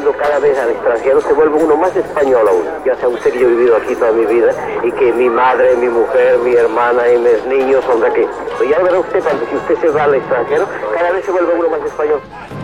yendo cada vez al extranjero se vuelve uno más español aún. Ya sabe usted que yo he vivido aquí toda mi vida y que mi madre, mi mujer, mi hermana y mis niños son de aquí. Pero ya verá usted, cuando si usted se va al extranjero, cada vez se vuelve uno más español.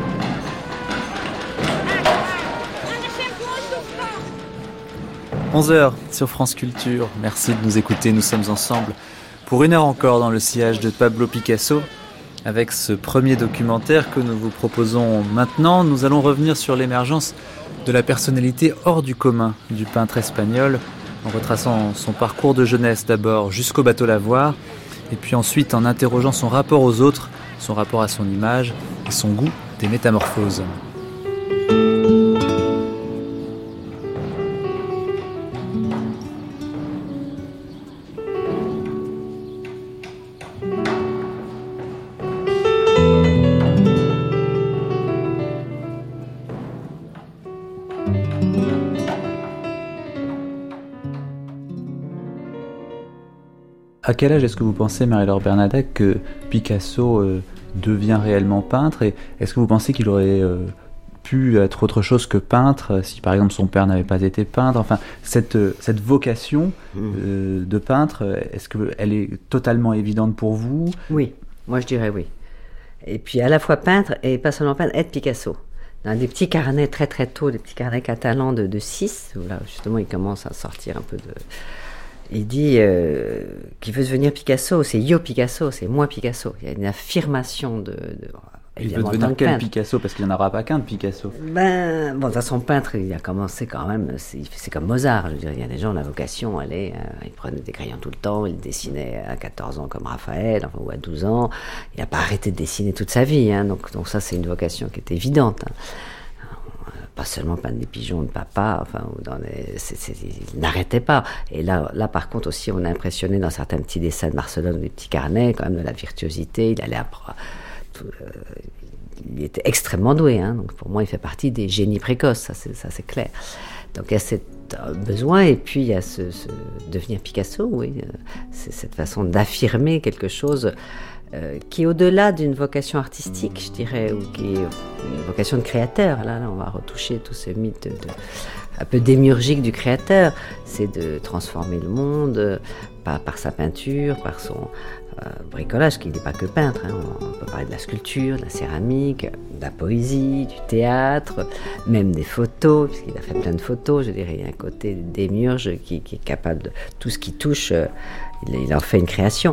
11h sur France Culture, merci de nous écouter, nous sommes ensemble pour une heure encore dans le sillage de Pablo Picasso. Avec ce premier documentaire que nous vous proposons maintenant, nous allons revenir sur l'émergence de la personnalité hors du commun du peintre espagnol, en retraçant son parcours de jeunesse d'abord jusqu'au bateau Lavoir, et puis ensuite en interrogeant son rapport aux autres, son rapport à son image et son goût des métamorphoses. À quel âge est-ce que vous pensez, Marie-Laure Bernadac, que Picasso devient réellement peintre, et est-ce que vous pensez qu'il aurait pu être autre chose que peintre si par exemple son père n'avait pas été peintre? Enfin, cette vocation de peintre, est-ce qu'elle est totalement évidente pour vous? Oui, moi je dirais oui. Et puis à la fois peintre et pas seulement peintre, être Picasso. Dans des petits carnets très très tôt, des petits carnets catalans de 6, où là justement il commence à sortir un peu de... Il dit qu'il veut devenir Picasso, c'est Yo Picasso, c'est moi Picasso. Il y a une affirmation de il veut devenir quel Picasso? Parce qu'il n'y en aura pas qu'un de Picasso. Bon, de toute façon, peintre, il a commencé quand même, c'est comme Mozart. Je veux dire, il y a des gens, la vocation, il prenait des crayons tout le temps, il dessinait à 14 ans comme Raphaël, ou à 12 ans. Il n'a pas arrêté de dessiner toute sa vie, donc ça, c'est une vocation qui est évidente. Pas seulement peindre des pigeons de papa, il n'arrêtait pas. Et là, par contre aussi, on a impressionné dans certains petits dessins de Barcelone, des petits carnets, quand même de la virtuosité. Il était extrêmement doué, donc pour moi, il fait partie des génies précoces, ça c'est clair. Donc il y a ce besoin, et puis il y a ce devenir Picasso, oui, c'est cette façon d'affirmer quelque chose qui est au-delà d'une vocation artistique, je dirais, ou qui est une vocation de créateur. Là, on va retoucher tout ce mythe un peu démiurgique du créateur. C'est de transformer le monde par sa peinture, par son bricolage, qui n'est pas que peintre. On peut parler de la sculpture, de la céramique, de la poésie, du théâtre, même des photos, puisqu'il a fait plein de photos. Je dirais, il y a un côté démiurge qui est capable de tout ce qui touche, il en fait une création.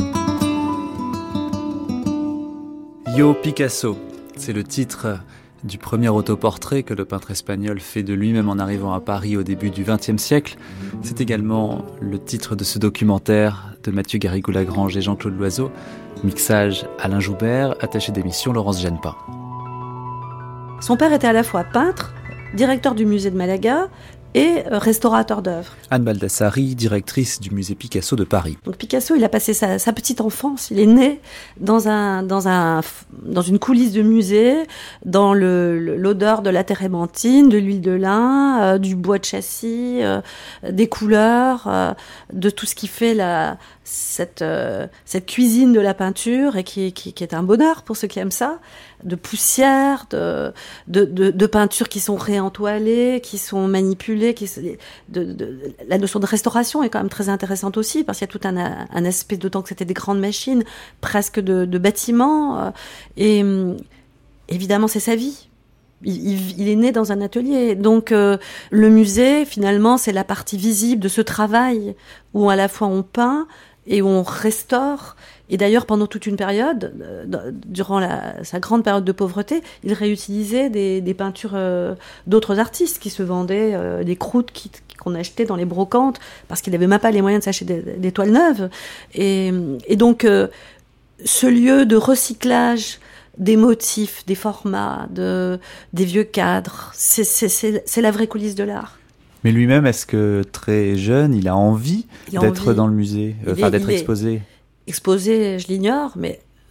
Yo Picasso, c'est le titre du premier autoportrait que le peintre espagnol fait de lui-même en arrivant à Paris au début du XXe siècle. C'est également le titre de ce documentaire de Mathieu Garrigou-Lagrange et Jean-Claude Loiseau. Mixage Alain Joubert, attaché d'émission Laurence Genepin. Son père était à la fois peintre, directeur du musée de Malaga et restaurateur d'œuvres. Anne Baldassari, directrice du musée Picasso de Paris. Donc Picasso, il a passé sa petite enfance, il est né dans une coulisse de musée, dans l'odeur de la térébenthine, de l'huile de lin, du bois de châssis, des couleurs, de tout ce qui fait cette cuisine de la peinture, et qui est un bonheur pour ceux qui aiment ça, de poussière, de peintures qui sont réentoilées, qui sont manipulées, la notion de restauration est quand même très intéressante aussi, parce qu'il y a tout un aspect, d'autant que c'était des grandes machines, presque de bâtiments, et évidemment c'est sa vie. Il est né dans un atelier, donc le musée finalement c'est la partie visible de ce travail où à la fois on peint et où on restaure. Et d'ailleurs, pendant toute une période, durant sa grande période de pauvreté, il réutilisait des peintures d'autres artistes qui se vendaient, des croûtes qu'on achetait dans les brocantes, parce qu'il n'avait même pas les moyens de s'acheter des toiles neuves. Et donc, ce lieu de recyclage des motifs, des formats, des vieux cadres, c'est la vraie coulisse de l'art. Mais lui-même, est-ce que très jeune, il a envie d'être dans le musée, d'être exposé ? Exposé, je l'ignore, mais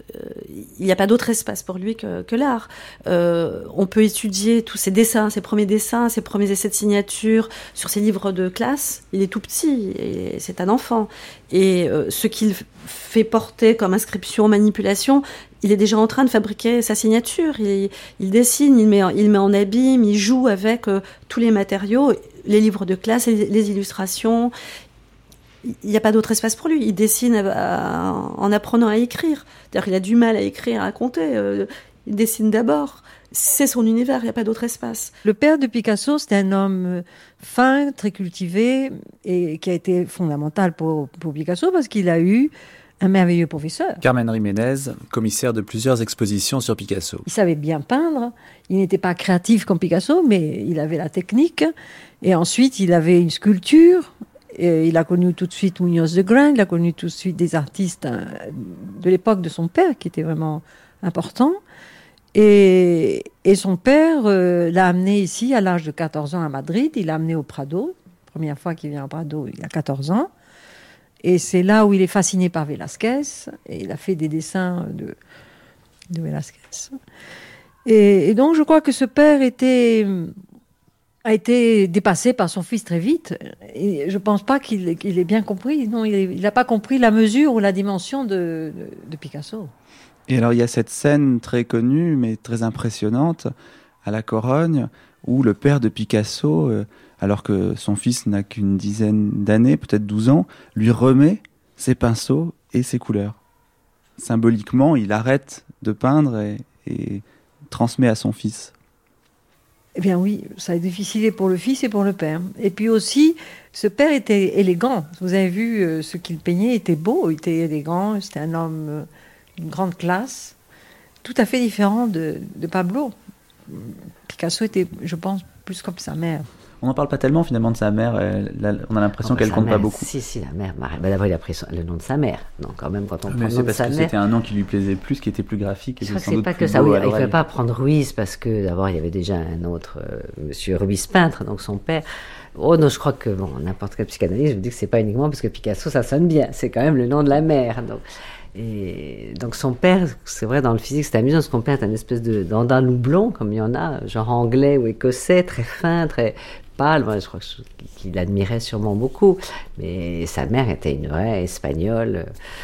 il n'y a pas d'autre espace pour lui que l'art. On peut étudier tous ses dessins, ses premiers essais de signature sur ses livres de classe. Il est tout petit, et c'est un enfant. Et ce qu'il fait porter comme inscription, manipulation, il est déjà en train de fabriquer sa signature. Il dessine, il met en abîme, il joue avec tous les matériaux, les livres de classe, les illustrations. Il n'y a pas d'autre espace pour lui. Il dessine en apprenant à écrire. D'ailleurs, il a du mal à écrire, à compter. Il dessine d'abord. C'est son univers, il n'y a pas d'autre espace. Le père de Picasso, c'était un homme fin, très cultivé, et qui a été fondamental pour Picasso parce qu'il a eu un merveilleux professeur. Carmen Jiménez, commissaire de plusieurs expositions sur Picasso. Il savait bien peindre. Il n'était pas créatif comme Picasso, mais il avait la technique. Et ensuite, il avait une sculpture. Et il a connu tout de suite Muñoz de Grain, il a connu tout de suite des artistes de l'époque de son père, qui étaient vraiment importants. Et son père l'a amené ici à l'âge de 14 ans à Madrid. Il l'a amené au Prado. Première fois qu'il vient au Prado, il a 14 ans. Et c'est là où il est fasciné par Velázquez. Et il a fait des dessins de Velázquez. Et donc, je crois que ce père a été dépassé par son fils très vite. Et je ne pense pas qu'il ait bien compris. Non, il n'a pas compris la mesure ou la dimension de Picasso. Et alors, il y a cette scène très connue, mais très impressionnante, à la Corogne, où le père de Picasso, alors que son fils n'a qu'une dizaine d'années, peut-être 12 ans, lui remet ses pinceaux et ses couleurs. Symboliquement, il arrête de peindre et transmet à son fils. Eh bien oui, ça a été difficile pour le fils et pour le père. Et puis aussi, ce père était élégant. Vous avez vu, ce qu'il peignait était beau, il était élégant, c'était un homme d'une grande classe, tout à fait différent de Pablo. Picasso était, je pense, plus comme sa mère. On n'en parle pas tellement finalement de sa mère, on a l'impression qu'elle compte pas beaucoup. Si, la mère. D'abord, il a pris le nom de sa mère. Donc, quand même, quand on prend le nom de sa mère. Mais c'est parce que c'était un nom qui lui plaisait plus, qui était plus graphique. Et je crois que c'est pas que ça. Oui, il ne fallait pas prendre Ruiz parce que d'abord, il y avait déjà un autre monsieur Ruiz peintre, donc son père. Oh non, je crois que n'importe quel psychanalyste, je vous dis que c'est pas uniquement parce que Picasso, ça sonne bien. C'est quand même le nom de la mère. Donc son père, c'est vrai, dans le physique, c'est amusant, parce que son père est un espèce d'andalou blond, comme il y en a, genre anglais ou écossais, très fin, très pâle. Moi, je crois qu'il admirait sûrement beaucoup. Mais sa mère était une vraie espagnole.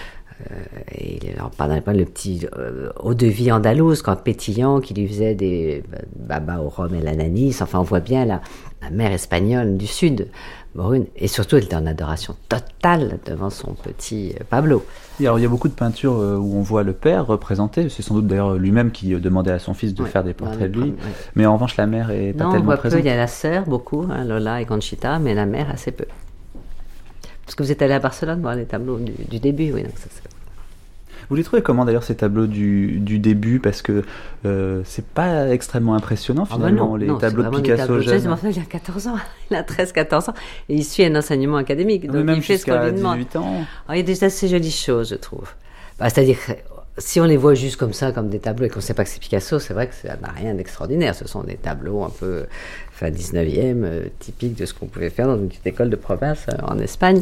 Et il en parlait pas, le petit eau de vie andalouse, quand pétillant, qui lui faisait des babas au rhum et l'ananis. Enfin, on voit bien la mère espagnole du Sud, brune. Et surtout, elle était en adoration totale devant son petit Pablo. Et alors, il y a beaucoup de peintures où on voit le père représenté. C'est sans doute d'ailleurs lui-même qui demandait à son fils de faire des portraits de lui. Mais en revanche, la mère est pas tellement présente. Non, on voit peu. Il y a la sœur, beaucoup, Lola et Conchita, mais la mère, assez peu. Parce que vous êtes allé à Barcelone voir les tableaux du début, oui. Donc vous les trouvez comment d'ailleurs ces tableaux du début? Parce que c'est pas extrêmement impressionnant finalement, les tableaux de Picasso jeunes. Il a 14 ans, il a 13-14 ans, et il suit un enseignement académique. Donc même il fait ce qu'on lui demande. 18 ans. Alors, il y a des assez jolies choses, je trouve. C'est-à-dire que si on les voit juste comme ça, comme des tableaux, et qu'on ne sait pas que c'est Picasso, c'est vrai que ça n'a rien d'extraordinaire. Ce sont des tableaux un peu fin 19e, typiques de ce qu'on pouvait faire dans une petite école de province en Espagne.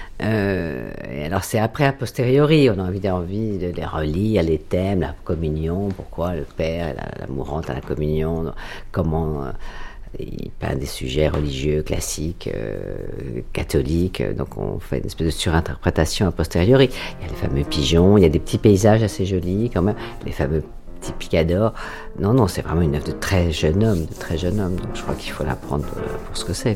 Et alors c'est après, a posteriori, on a envie de les relire, les thèmes, la communion, pourquoi le père et la mourante à la communion, comment il peint des sujets religieux, classiques, catholiques, donc on fait une espèce de surinterprétation a posteriori. Il y a les fameux pigeons, il y a des petits paysages assez jolis quand même, les fameux petits picadors. Non, c'est vraiment une œuvre de très jeune homme, donc je crois qu'il faut la prendre pour ce que c'est.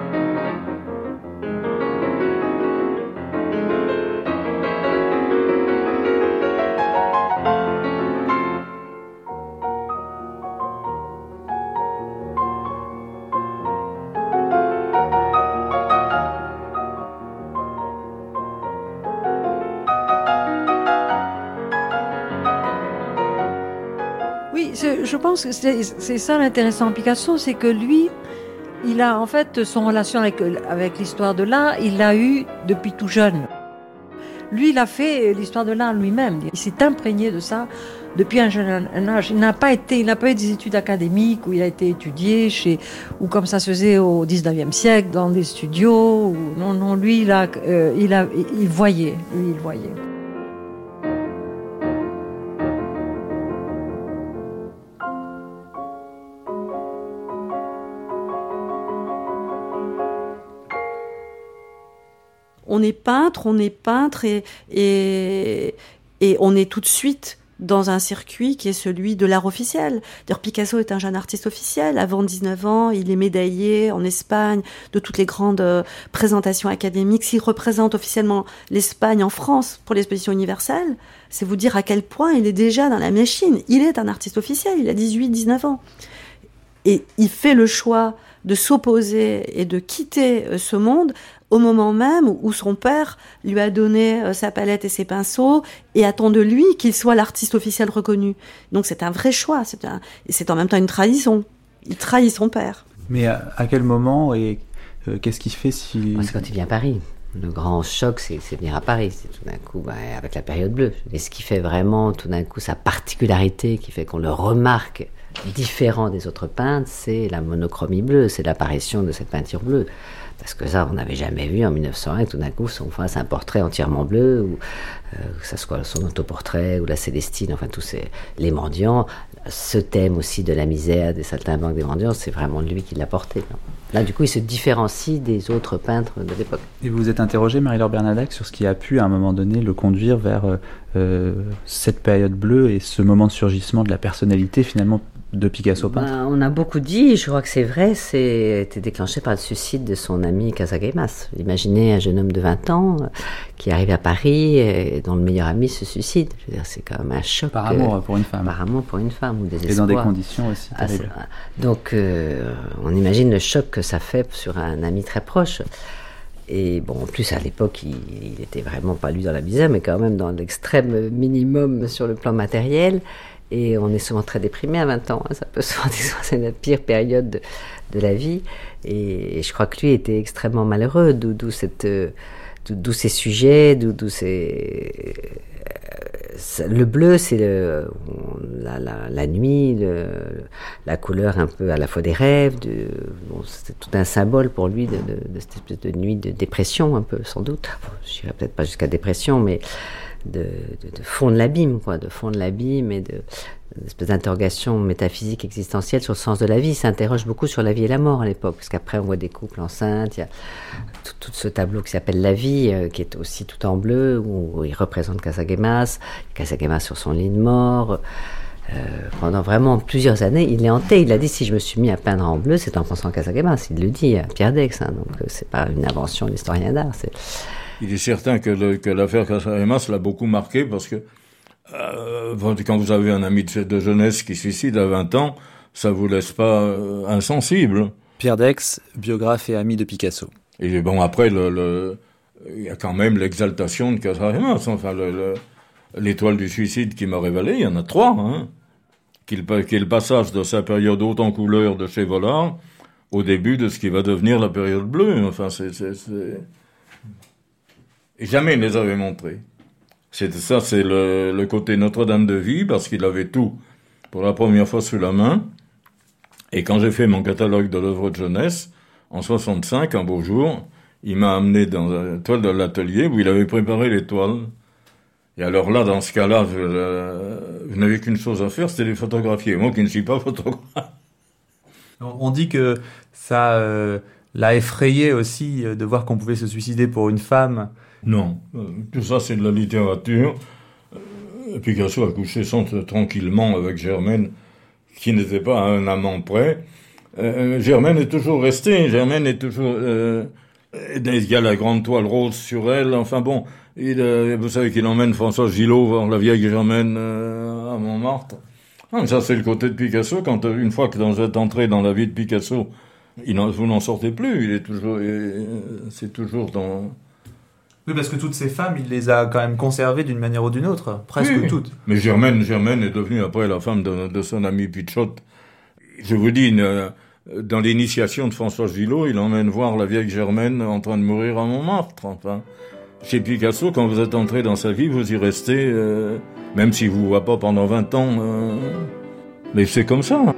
Je pense que c'est ça l'intéressant en Picasso, c'est que lui, il a en fait son relation avec l'histoire de l'art, il l'a eu depuis tout jeune. Lui, il a fait l'histoire de l'art lui-même. Il s'est imprégné de ça depuis un jeune âge. Il n'a pas eu des études académiques où il a été étudié ou comme ça se faisait au 19e siècle, dans des studios. Non, lui, il voyait. on est peintre et on est tout de suite dans un circuit qui est celui de l'art officiel. D'ailleurs, Picasso est un jeune artiste officiel. Avant 19 ans, il est médaillé en Espagne de toutes les grandes présentations académiques. S'il représente officiellement l'Espagne en France pour l'exposition universelle, c'est vous dire à quel point il est déjà dans la machine. Il est un artiste officiel, il a 18-19 ans. Et il fait le choix de s'opposer et de quitter ce monde au moment même où son père lui a donné sa palette et ses pinceaux et attend de lui qu'il soit l'artiste officiel reconnu. Donc c'est un vrai choix, c'est en même temps une trahison. Il trahit son père. Mais à quel moment et qu'est-ce qu'il fait si... C'est quand il vient à Paris. Le grand choc, c'est venir à Paris. C'est tout d'un coup, avec la période bleue. Et ce qui fait vraiment tout d'un coup sa particularité, qui fait qu'on le remarque différent des autres peintres, c'est la monochromie bleue, c'est l'apparition de cette peinture bleue. Parce que ça, on n'avait jamais vu en 1901, et tout d'un coup, on fasse un portrait entièrement bleu, ou que ce soit son autoportrait, ou la Célestine, enfin tous les mendiants. Ce thème aussi de la misère, des saltimbanques, des mendiants, c'est vraiment lui qui l'a porté. Là, du coup, il se différencie des autres peintres de l'époque. Et vous vous êtes interrogé, Marie-Laure Bernadac, sur ce qui a pu, à un moment donné, le conduire vers cette période bleue et ce moment de surgissement de la personnalité, finalement, de Picasso peintre? On a beaucoup dit, je crois que c'est vrai, été déclenché par le suicide de son ami Casagemas. Imaginez un jeune homme de 20 ans qui arrive à Paris et dont le meilleur ami se suicide. Je veux dire, c'est quand même un choc. Par amour pour une femme. Par amour pour une femme, ou désespoir. Et dans des conditions aussi terribles. Donc, on imagine le choc que ça fait sur un ami très proche. Et bon, en plus, à l'époque, il était vraiment pas lui dans la misère, mais quand même dans l'extrême minimum sur le plan matériel. Et on est souvent très déprimé à 20 ans. Ça peut souvent dire que c'est la pire période de la vie. Et je crois que lui était extrêmement malheureux, d'où ces sujets, le bleu, c'est la nuit, la couleur un peu à la fois des rêves. C'était tout un symbole pour lui de cette espèce de nuit de dépression, un peu, sans doute. Je n'irai peut-être pas jusqu'à dépression, mais de fondre l'abîme, quoi, de fondre l'abîme et d'une espèce d'interrogation métaphysique existentielle sur le sens de la vie. Il s'interroge beaucoup sur la vie et la mort à l'époque, parce qu'après on voit des couples enceintes, il y a tout ce tableau qui s'appelle La vie, qui est aussi tout en bleu, où il représente Casagemas sur son lit de mort. Pendant vraiment plusieurs années, il est hanté. Il a dit, si je me suis mis à peindre en bleu, c'est en pensant à Casagemas. Il le dit à Pierre Daix, donc c'est pas une invention de l'historien d'art. Il est certain que l'affaire Casagemas l'a beaucoup marqué, parce que quand vous avez un ami de jeunesse qui suicide à 20 ans, ça vous laisse pas insensible. Pierre Daix, biographe et ami de Picasso. Et bon, après, il y a quand même l'exaltation de Casagemas. Enfin, l'étoile du suicide qui m'a révélé, il y en a 3, hein. Qui est le passage de sa période haute en couleur de chez Vollard au début de ce qui va devenir la période bleue. Enfin, Et jamais il ne les avait montrés. C'est le côté Notre-Dame de Vie, parce qu'il avait tout pour la première fois sous la main. Et quand j'ai fait mon catalogue de l'œuvre de jeunesse, en 65, un beau jour, il m'a amené dans la toile de l'atelier où il avait préparé les toiles. Et alors là, dans ce cas-là, je n'avais qu'une chose à faire, c'était les photographier. Moi qui ne suis pas photographe. On dit que ça l'a effrayé aussi de voir qu'on pouvait se suicider pour une femme. Non, tout ça c'est de la littérature. Picasso a couché tranquillement avec Germaine, qui n'était pas à un amant près. Germaine est toujours restée, Germaine est toujours... il y a la grande toile rose sur elle, enfin bon, vous savez qu'il emmène François Gillot voir la vieille Germaine à Montmartre. Ça c'est le côté de Picasso, une fois que vous êtes entré dans la vie de Picasso, vous n'en sortez plus, c'est toujours dans... Oui, parce que toutes ces femmes, il les a quand même conservées d'une manière ou d'une autre, presque oui. Toutes. Mais Germaine est devenue après la femme de son ami Pichotte. Je vous dis, dans l'initiation de François Gillot, il emmène voir la vieille Germaine en train de mourir à Montmartre. Enfin, chez Picasso, quand vous êtes entré dans sa vie, vous y restez, même s'il vous voit pas pendant 20 ans. Mais c'est comme ça.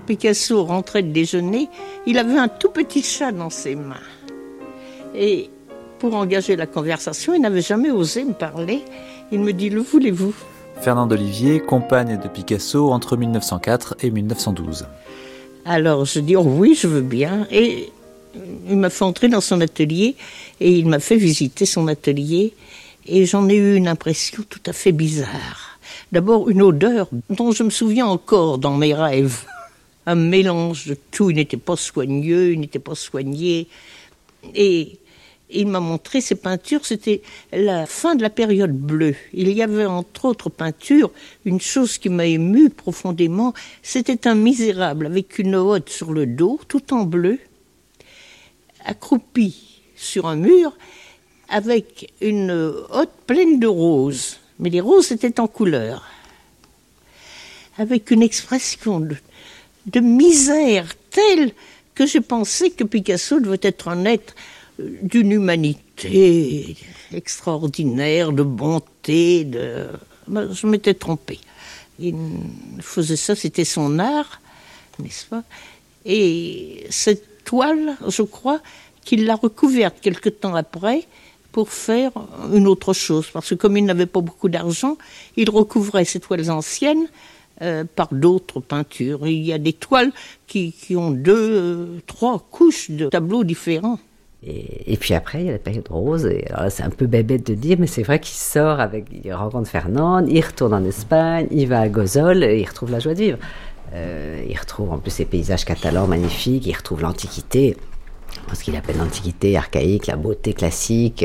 Picasso rentrait de déjeuner, il avait un tout petit chat dans ses mains. Et pour engager la conversation, il n'avait jamais osé me parler. Il me dit « Le voulez-vous » Fernande Olivier, compagne de Picasso entre 1904 et 1912. Alors je dis « Oh oui, je veux bien ». Et il m'a fait entrer dans son atelier et il m'a fait visiter son atelier. Et j'en ai eu une impression tout à fait bizarre. D'abord, une odeur dont je me souviens encore dans mes rêves. Un mélange de tout, il n'était pas soigneux, il n'était pas soigné. Et il m'a montré ses peintures, c'était la fin de la période bleue. Il y avait entre autres peintures, une chose qui m'a ému profondément, c'était un misérable avec une hotte sur le dos, tout en bleu, accroupi sur un mur, avec une hotte pleine de roses. Mais les roses étaient en couleur. Avec une expression de misère telle que j'ai pensé que Picasso devait être un être d'une humanité extraordinaire, de bonté, je m'étais trompée. Il faisait ça, c'était son art, n'est-ce pas? Et cette toile, je crois qu'il l'a recouverte quelque temps après pour faire une autre chose. Parce que comme il n'avait pas beaucoup d'argent, il recouvrait ces toiles anciennes par d'autres peintures. Il y a des toiles qui ont 2, 3 couches de tableaux différents. Et puis après, il y a la période rose. Et alors là, c'est un peu bébête de dire, mais c'est vrai qu'il sort il rencontre Fernande, il retourne en Espagne, il va à Gozol et il retrouve la joie de vivre. Il retrouve en plus ces paysages catalans magnifiques, il retrouve l'Antiquité, ce qu'il appelle l'Antiquité archaïque, la beauté classique.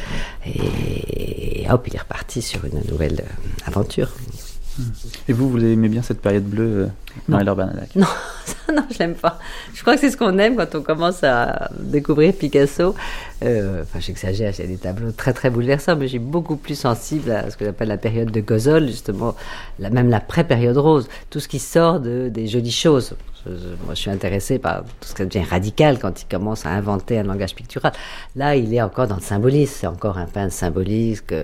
Et hop, il est reparti sur une nouvelle aventure. Et vous aimez bien cette période bleue dans Hélène Bernadac? Non, ça, non, je l'aime pas. Je crois que c'est ce qu'on aime quand on commence à découvrir Picasso. J'exagère, il y a des tableaux très très bouleversants, mais j'ai beaucoup plus sensible à ce que j'appelle la période de Gozol, justement, même la pré-période rose, tout ce qui sort des jolies choses. Moi, je suis intéressé par tout ce qui devient radical quand il commence à inventer un langage pictural. Là, il est encore dans le symbolisme. C'est encore un peintre symboliste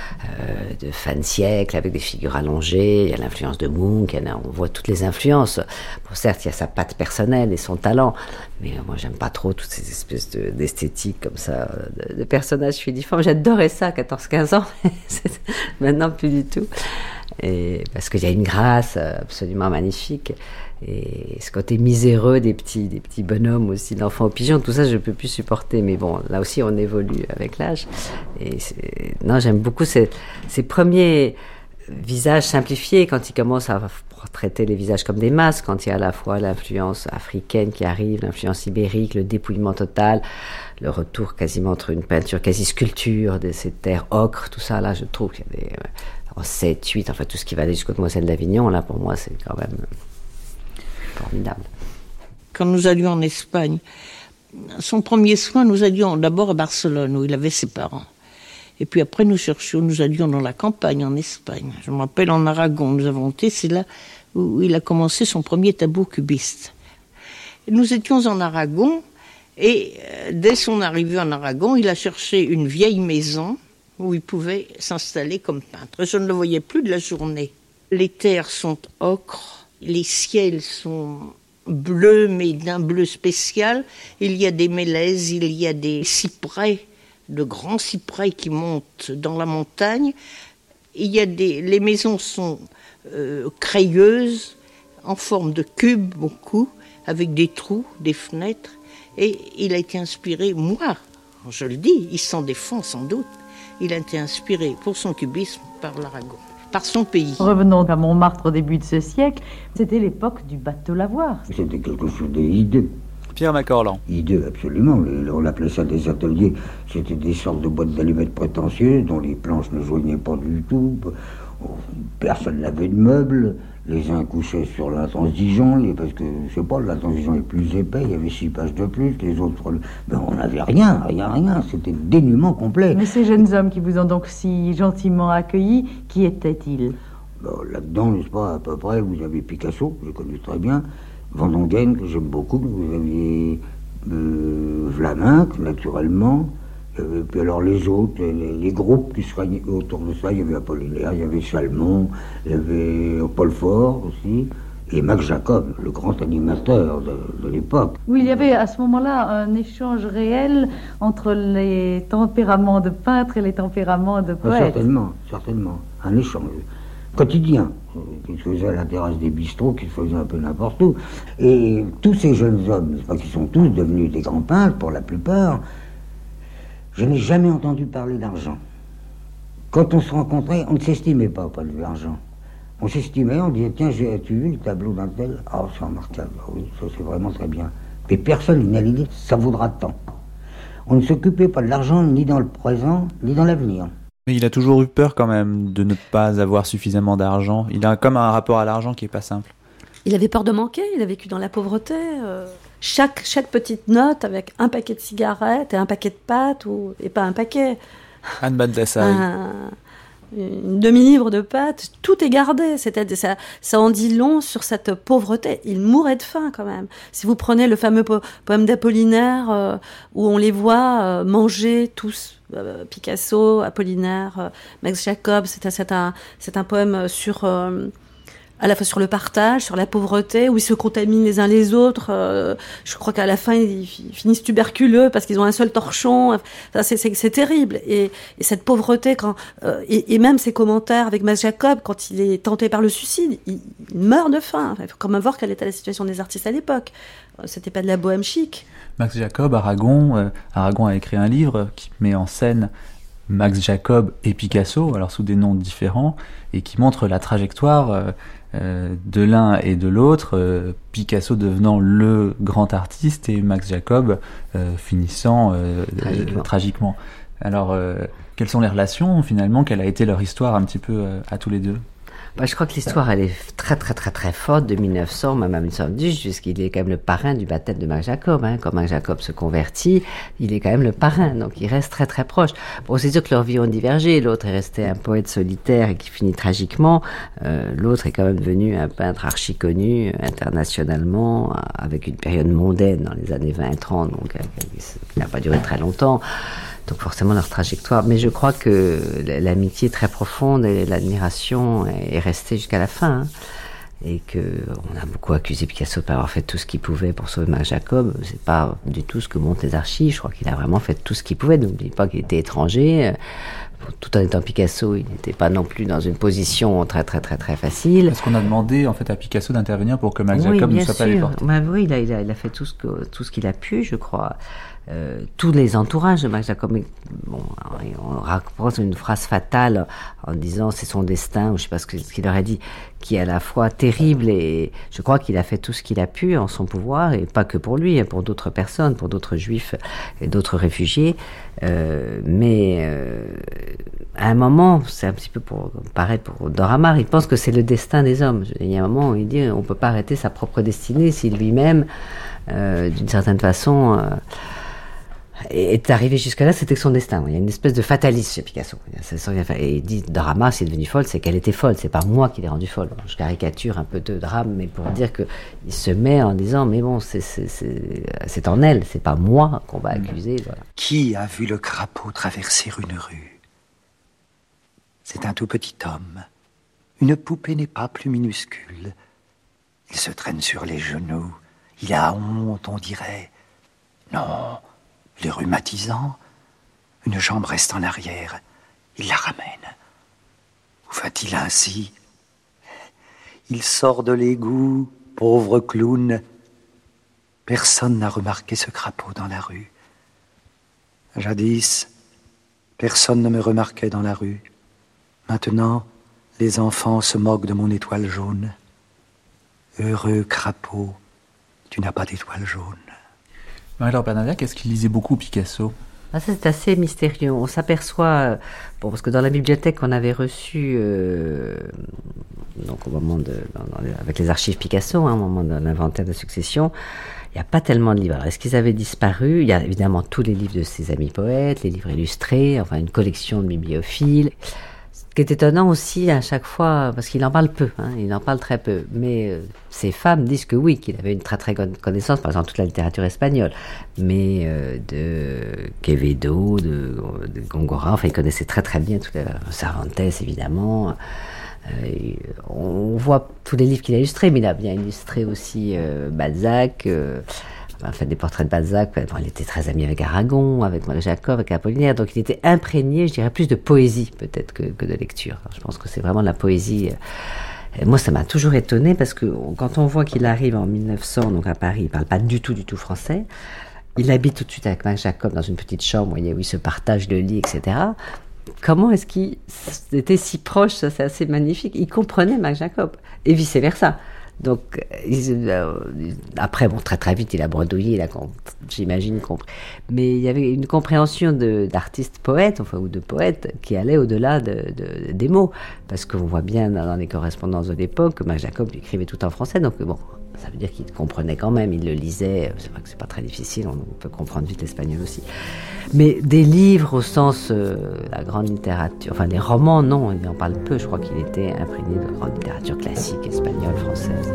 de fin de siècle, avec des figures allongées. Il y a l'influence de Munch. On voit toutes les influences. Bon, certes, il y a sa patte personnelle et son talent. Mais moi, j'aime pas trop toutes ces espèces d'esthétiques comme ça, de personnages filiformes. J'adorais ça à 14-15 ans. Maintenant, plus du tout. Et parce qu'il y a une grâce absolument magnifique. Et ce côté miséreux des petits bonhommes aussi, d'enfants aux pigeons, tout ça je ne peux plus supporter. Mais bon, là aussi on évolue avec l'âge. Et non, j'aime beaucoup ces premiers visages simplifiés, quand il commence à traiter les visages comme des masques, quand il y a à la fois l'influence africaine qui arrive, l'influence ibérique, le dépouillement total, le retour quasiment entre une peinture quasi sculpture de ces terres ocre, tout ça, là je trouve qu'il y a des 7, 8, enfin tout ce qui va aller jusqu'aux Demoiselles d'Avignon, là pour moi c'est quand même formidable. Quand nous allions en Espagne, son premier soin, nous allions d'abord à Barcelone, où il avait ses parents. Et puis après, nous allions dans la campagne, en Espagne. Je me rappelle, en Aragon, nous avons été, c'est là où il a commencé son premier tableau cubiste. Et nous étions en Aragon, et dès son arrivée en Aragon, il a cherché une vieille maison où il pouvait s'installer comme peintre. Je ne le voyais plus de la journée. Les terres sont ocre, les ciels sont bleus, mais d'un bleu spécial. Il y a des mélèzes, il y a des cyprès, de grands cyprès qui montent dans la montagne. Les maisons sont crayeuses, en forme de cube beaucoup, avec des trous, des fenêtres. Et il a été inspiré, moi, je le dis, il s'en défend sans doute, il a été inspiré pour son cubisme par l'Aragon, par son pays. Revenons à Montmartre au début de ce siècle, c'était l'époque du bateau lavoir. C'était quelque chose de hideux. Pierre Macorlan. Hideux, absolument. On appelait ça des ateliers. C'était des sortes de boîtes d'allumettes prétentieuses dont les planches ne joignaient pas du tout. Personne n'avait de meubles. Les uns couchaient sur l'intransigeant, parce que, je sais pas, l'intransigeant est plus épais, il y avait 6 pages de plus, les autres... Ben, on n'avait rien, c'était dénuement complet. Mais ces jeunes hommes qui vous ont donc si gentiment accueillis, qui étaient-ils? Ben, là-dedans, n'est-ce pas, à peu près, vous avez Picasso, que je connais très bien, Van Dongen, que j'aime beaucoup, vous aviez Vlaminck, naturellement, et puis alors les autres, les groupes qui se réunissaient autour de ça, il y avait Apollinaire, il y avait Salmon, il y avait Paul Fort aussi, et Max Jacob, le grand animateur de l'époque. Oui, il y avait à ce moment-là un échange réel entre les tempéraments de peintres et les tempéraments de poètes. Certainement. Un échange quotidien, qui se faisait à la terrasse des bistrots, qui se faisait un peu n'importe où. Et tous ces jeunes hommes, qui sont tous devenus des grands peintres pour la plupart, je n'ai jamais entendu parler d'argent. Quand on se rencontrait, on ne s'estimait pas au point de vue argent. On s'estimait, on disait, tiens, as-tu vu le tableau d'un tel ? Ah, c'est remarquable, oui, ça c'est vraiment très bien. Mais personne n'a l'idée, ça vaudra tant. On ne s'occupait pas de l'argent ni dans le présent, ni dans l'avenir. Mais il a toujours eu peur quand même de ne pas avoir suffisamment d'argent. Il a comme un rapport à l'argent qui est pas simple. Il avait peur de manquer, il a vécu dans la pauvreté. Chaque petite note avec un paquet de cigarettes et un paquet de pâtes, et pas un paquet. Anne Bandessa, une demi-livre de pâtes, tout est gardé. Ça en dit long sur cette pauvreté. Il mourait de faim quand même. Si vous prenez le fameux poème d'Apollinaire, où on les voit manger tous, Picasso, Apollinaire, Max Jacob, c'est un poème sur... à la fois sur le partage, sur la pauvreté, où ils se contaminent les uns les autres. Je crois qu'à la fin, ils finissent tuberculeux parce qu'ils ont un seul torchon. Enfin, c'est terrible. Et cette pauvreté, et même ses commentaires avec Max Jacob, quand il est tenté par le suicide, il meurt de faim. Enfin, il faut quand même voir quelle était la situation des artistes à l'époque. C'était pas de la bohème chic. Max Jacob, Aragon a écrit un livre qui met en scène Max Jacob et Picasso, alors sous des noms différents, et qui montre la trajectoire de l'un et de l'autre, Picasso devenant le grand artiste et Max Jacob finissant tragiquement. Alors, quelles sont les relations finalement? Quelle a été leur histoire un petit peu à tous les deux? Je crois que l'histoire, elle est très, très, très, très forte de 1900, même à 1910, puisqu'il est quand même le parrain du baptême de Max Jacob. Quand Max Jacob se convertit, il est quand même le parrain, donc il reste très, très proche. Bon, c'est sûr que leurs vies ont divergé. L'autre est resté un poète solitaire et qui finit tragiquement. L'autre est quand même devenu un peintre archi connu internationalement, avec une période mondaine dans les années 20-30, donc qui n'a pas duré très longtemps. Donc forcément leur trajectoire, mais je crois que l'amitié est très profonde et l'admiration est restée jusqu'à la fin. Et que on a beaucoup accusé Picasso de pas avoir fait tout ce qu'il pouvait pour sauver Max Jacob. C'est pas du tout ce que montrent les archives. Je crois qu'il a vraiment fait tout ce qu'il pouvait. N'oubliez pas qu'il était étranger. Tout en étant Picasso, il n'était pas non plus dans une position très très très très facile. Est-ce qu'on a demandé en fait à Picasso d'intervenir pour que Max Jacob ne soit pas déporté? Oui, il a fait tout ce qu'il a pu, je crois. Tous les entourages de Max Jacob, on rapporte une phrase fatale en disant c'est son destin, ou je sais pas ce qu'il leur a dit, qui est à la fois terrible, et je crois qu'il a fait tout ce qu'il a pu en son pouvoir, et pas que pour lui, pour d'autres personnes, pour d'autres juifs et d'autres réfugiés. Mais à un moment, c'est un petit peu pareil pour Dora Maar, il pense que c'est le destin des hommes. Il y a un moment où il dit on peut pas arrêter sa propre destinée si lui-même, d'une certaine façon, est arrivé jusque-là, c'était son destin. Il y a une espèce de fatalisme chez Picasso. Et il dit, Dora Maar, si elle est devenue folle, c'est qu'elle était folle. C'est pas moi qui l'ai rendue folle. Je caricature un peu de drame, mais pour dire que il se met en disant, mais bon, c'est en elle, c'est pas moi qu'on va accuser. Voilà. Qui a vu le crapaud traverser une rue? C'est un tout petit homme. Une poupée n'est pas plus minuscule. Il se traîne sur les genoux. Il a honte, on dirait. Non. Les rhumatisants, une jambe reste en arrière. Il la ramène. Où va-t-il ainsi? Il sort de l'égout, pauvre clown. Personne n'a remarqué ce crapaud dans la rue. Jadis, personne ne me remarquait dans la rue. Maintenant, les enfants se moquent de mon étoile jaune. Heureux crapaud, tu n'as pas d'étoile jaune. Marie-Laure Bernadac, est-ce qu'il lisait beaucoup Picasso? Ça, c'est assez mystérieux. On s'aperçoit, parce que dans la bibliothèque qu'on avait reçue, donc au moment avec les archives Picasso, au moment de l'inventaire de succession, il n'y a pas tellement de livres. Alors, est-ce qu'ils avaient disparu? Il y a évidemment tous les livres de ses amis poètes, les livres illustrés, enfin une collection de bibliophiles. Ce qui est étonnant aussi à chaque fois, parce qu'il en parle peu, il en parle très peu, mais ces femmes disent que oui, qu'il avait une très très bonne connaissance, par exemple toute la littérature espagnole, mais de Quevedo, de Góngora, enfin il connaissait très très bien, Cervantes évidemment, On voit tous les livres qu'il a illustrés, mais il a bien illustré aussi Balzac, des portraits de Balzac. Il était très ami avec Aragon, avec Marc Jacob, avec Apollinaire, donc il était imprégné, je dirais, plus de poésie peut-être que de lecture. Alors, je pense que c'est vraiment de la poésie. Moi, ça m'a toujours étonné parce que quand on voit qu'il arrive en 1900, donc à Paris, il parle pas du tout français. Il habite tout de suite avec Marc Jacob dans une petite chambre où il se partage le lit, etc. Comment est-ce qu'il était si proche? Ça, c'est assez magnifique. Il comprenait Marc Jacob et vice-versa. Donc, après, très très vite, il a bredouillé, j'imagine, compris. Mais il y avait une compréhension d'artistes poètes, ou de poètes, qui allait au-delà des mots. Parce qu'on voit bien dans les correspondances de l'époque que Marc Jacob écrivait tout en français. Donc, ça veut dire qu'il comprenait quand même, il le lisait. C'est vrai que c'est pas très difficile, on peut comprendre vite l'espagnol aussi. Mais des livres au sens la grande littérature, des romans, non, il en parle peu. Je crois qu'il était imprégné de grande littérature classique, espagnole, française.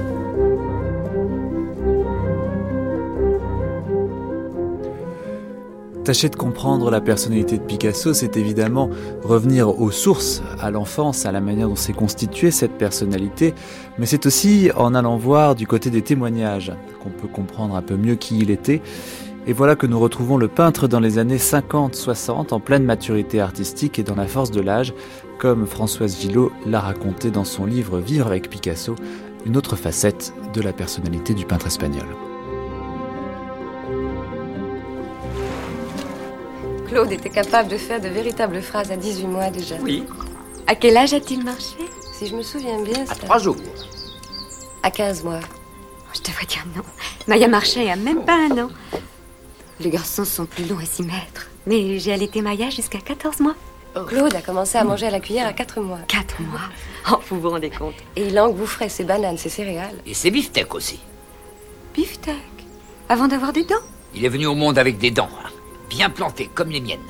Tâcher de comprendre la personnalité de Picasso, c'est évidemment revenir aux sources, à l'enfance, à la manière dont s'est constituée cette personnalité, mais c'est aussi en allant voir du côté des témoignages qu'on peut comprendre un peu mieux qui il était. Et voilà que nous retrouvons le peintre dans les années 50-60, en pleine maturité artistique et dans la force de l'âge, comme Françoise Gillot l'a raconté dans son livre « Vivre avec Picasso », une autre facette de la personnalité du peintre espagnol. Claude était capable de faire de véritables phrases à 18 mois déjà. Oui. À quel âge a-t-il marché? Si je me souviens bien, À 3 jours. À 15 mois. Je te vois dire non. Maya marchait il n'y a même pas un an. Les garçons sont plus longs à 6 mètres. Mais j'ai allaité Maya jusqu'à 14 mois. Claude a commencé à manger à la cuillère à 4 mois. 4 mois? Oh, vous vous rendez compte? Et il engouffrait ses bananes, ses céréales. Et ses beefsteaks aussi. Beefsteak? Avant d'avoir des dents? Il est venu au monde avec des dents, bien plantées, comme les miennes.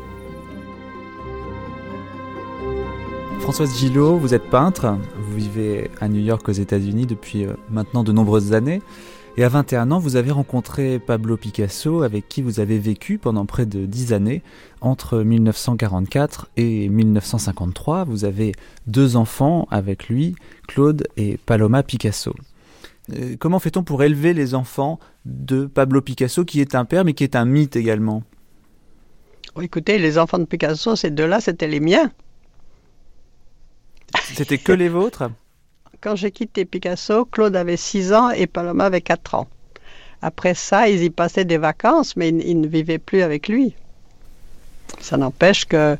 Françoise Gillot, vous êtes peintre, vous vivez à New York aux États-Unis depuis maintenant de nombreuses années. Et à 21 ans, vous avez rencontré Pablo Picasso, avec qui vous avez vécu pendant près de 10 années, entre 1944 et 1953. Vous avez 2 enfants avec lui, Claude et Paloma Picasso. Comment fait-on pour élever les enfants de Pablo Picasso, qui est un père, mais qui est un mythe également? Oh, écoutez, les enfants de Picasso, ces 2-là, c'était les miens. C'était que les vôtres? Quand j'ai quitté Picasso, Claude avait 6 ans et Paloma avait 4 ans. Après ça, ils y passaient des vacances, mais ils ne vivaient plus avec lui. Ça n'empêche que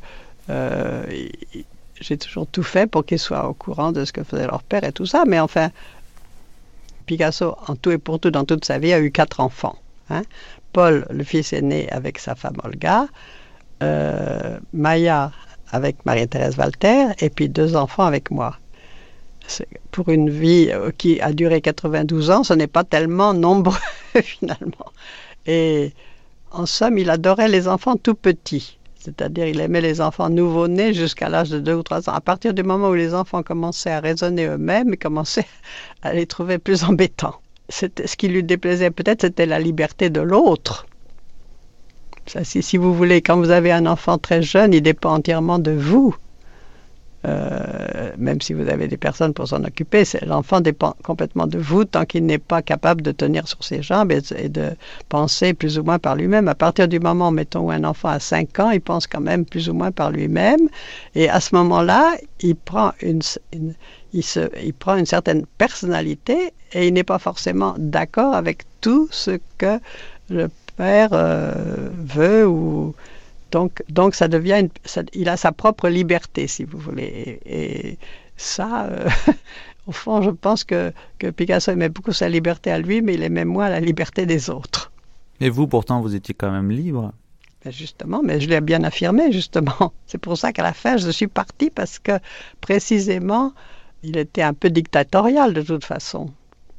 j'ai toujours tout fait pour qu'ils soient au courant de ce que faisait leur père et tout ça. Mais enfin, Picasso, en tout et pour tout, dans toute sa vie, a eu 4 enfants. Paul, le fils aîné, avec sa femme Olga, Maya avec Marie-Thérèse Walter, et puis 2 enfants avec moi. Pour une vie qui a duré 92 ans, ce n'est pas tellement nombreux finalement. Et en somme, il adorait les enfants tout petits. C'est-à-dire, il aimait les enfants nouveau-nés jusqu'à l'âge de 2 ou 3 ans. À partir du moment où les enfants commençaient à raisonner eux-mêmes, ils commençaient à les trouver plus embêtants. Ce qui lui déplaisait peut-être, c'était la liberté de l'autre. Ça, si vous voulez, quand vous avez un enfant très jeune, il dépend entièrement de vous. Même si vous avez des personnes pour s'en occuper, l'enfant dépend complètement de vous tant qu'il n'est pas capable de tenir sur ses jambes et de penser plus ou moins par lui-même. À partir du moment, mettons, où un enfant a 5 ans, il pense quand même plus ou moins par lui-même, et à ce moment-là, il prend une certaine personnalité et il n'est pas forcément d'accord avec tout ce que le père veut ou... Donc ça devient il a sa propre liberté, si vous voulez. Et ça, au fond, je pense que Picasso aimait beaucoup sa liberté à lui, mais il aimait moins la liberté des autres. Et vous, pourtant, vous étiez quand même libre. Mais justement, mais je l'ai bien affirmé, justement. C'est pour ça qu'à la fin, je suis partie, parce que, précisément, il était un peu dictatorial, de toute façon.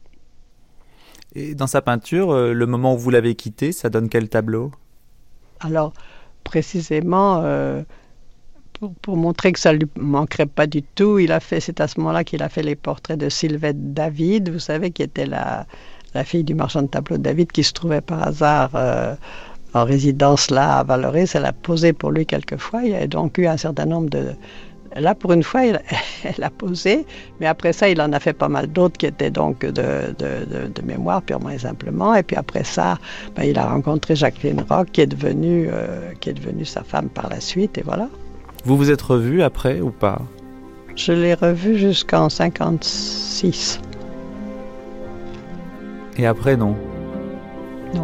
Et dans sa peinture, le moment où vous l'avez quitté, ça donne quel tableau? Alors, précisément, pour montrer que ça ne lui manquerait pas du tout, c'est à ce moment-là qu'il a fait les portraits de Sylvette David, vous savez, qui était la fille du marchand de tableaux David, qui se trouvait par hasard en résidence là à Vallauris. Elle a posé pour lui quelquefois. Il y a donc eu un certain nombre Là, pour une fois, elle a posé, mais après ça, il en a fait pas mal d'autres qui étaient donc de mémoire, purement et simplement. Et puis après ça, il a rencontré Jacqueline Roch, qui est devenue sa femme par la suite, et voilà. Vous vous êtes revus après ou pas? Je l'ai revu jusqu'en 1956. Et après, non? Non.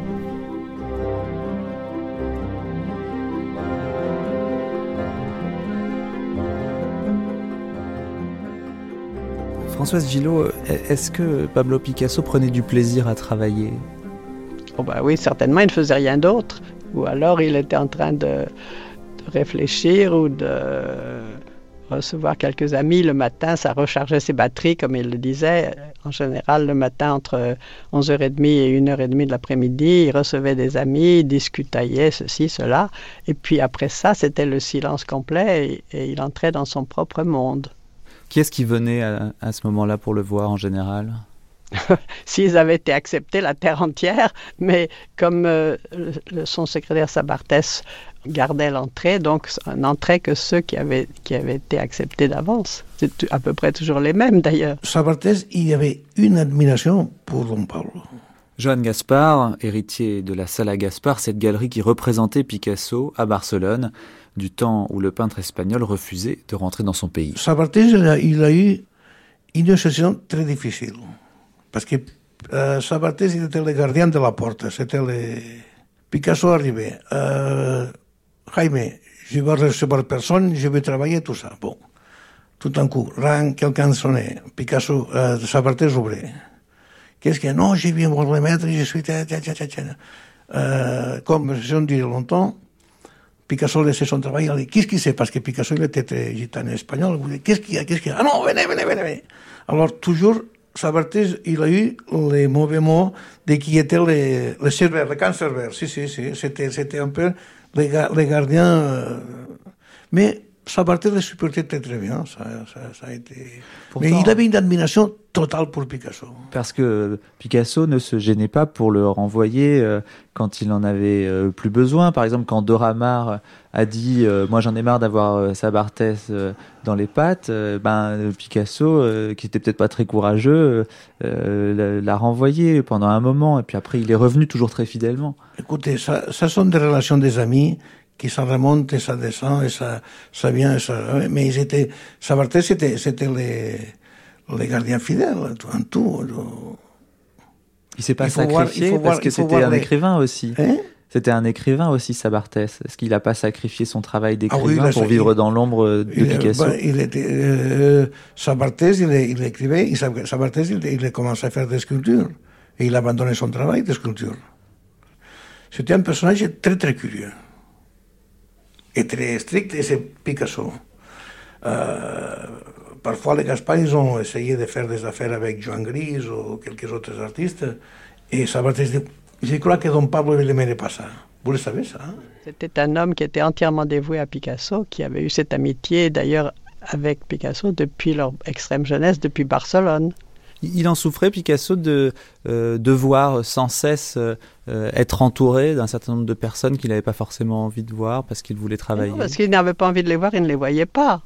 Françoise Gillot, est-ce que Pablo Picasso prenait du plaisir à travailler? Oh bah oui, certainement, il ne faisait rien d'autre. Ou alors il était en train de réfléchir ou de recevoir quelques amis le matin. Ça rechargeait ses batteries, comme il le disait. En général, le matin, entre 11h30 et 1h30 de l'après-midi, il recevait des amis, il discutaillait ceci, cela. Et puis après ça, c'était le silence complet et il entrait dans son propre monde. Qui est-ce qui venait à ce moment-là pour le voir en général? S'ils avaient été acceptés, la terre entière, mais comme son secrétaire Sabartès gardait l'entrée, donc n'entraient que ceux qui avaient été acceptés d'avance. C'est à peu près toujours les mêmes d'ailleurs. Sabartès, il y avait une admiration pour Don Pablo. Johann Gaspar, héritier de la Sala Gaspar, cette galerie qui représentait Picasso à Barcelone, du temps où le peintre espagnol refusait de rentrer dans son pays. Sabartès, il a eu une situation très difficile. Parce que Sabartès, il était le gardien de la porte. C'était le... Picasso arrivait. Jaime, je vais recevoir personne, je vais travailler, tout ça. Bon. Tout d'un coup, quelqu'un sonnait. Picasso, Sabartès ouvrait. Qu'est-ce que... Non, je viens voir le maître, je suis... Conversation durait longtemps. Picasso laissait son travail. Il dit, qu'est-ce qui c'est? Parce que Picasso, il était très gitan espagnol. Il dit, qu'est-ce qu'il y a? Ah non, venez. Alors, toujours... Sabartès, il a eu les mauvais mots de qui était le serveur, le camp serveur. Si, c'était un peu les gardiens. Mais Sabartès le supportait très très bien. Ça a été... Pourtant, mais il avait une admiration totale pour Picasso. Parce que Picasso ne se gênait pas pour le renvoyer quand il en avait plus besoin. Par exemple, quand Dora Maar a dit moi j'en ai marre d'avoir Sabartès dans les pattes, Picasso, qui était peut-être pas très courageux, l'a renvoyé pendant un moment. Et puis après, il est revenu toujours très fidèlement. Écoutez, ça sont des relations des amis qui ça remonte et ça descend et ça vient. Mais Sabartès, c'était les gardiens fidèles en tout. Il s'est pas sacrifié parce que c'était un écrivain aussi. C'était un écrivain aussi, Sabartès. Est-ce qu'il n'a pas sacrifié son travail d'écrivain pour vivre dans l'ombre de Picasso? Sabartès, il écrivait, Sabartès, il a commencé à faire des sculptures. Et il a abandonné son travail de sculpture. C'était un personnage très très curieux. Et très strict, et c'est Picasso. Parfois, les Gaspar, ils ont essayé de faire des affaires avec Joan Gris ou quelques autres artistes. Et Sabartès dit, je crois que Don Pablo ne l'aimait pas ça. Vous le savez, ça? C'était un homme qui était entièrement dévoué à Picasso, qui avait eu cette amitié, d'ailleurs, avec Picasso depuis leur extrême jeunesse, depuis Barcelone. Il en souffrait, Picasso, de devoir sans cesse être entouré d'un certain nombre de personnes qu'il n'avait pas forcément envie de voir parce qu'il voulait travailler. Non, parce qu'il n'avait pas envie de les voir, il ne les voyait pas.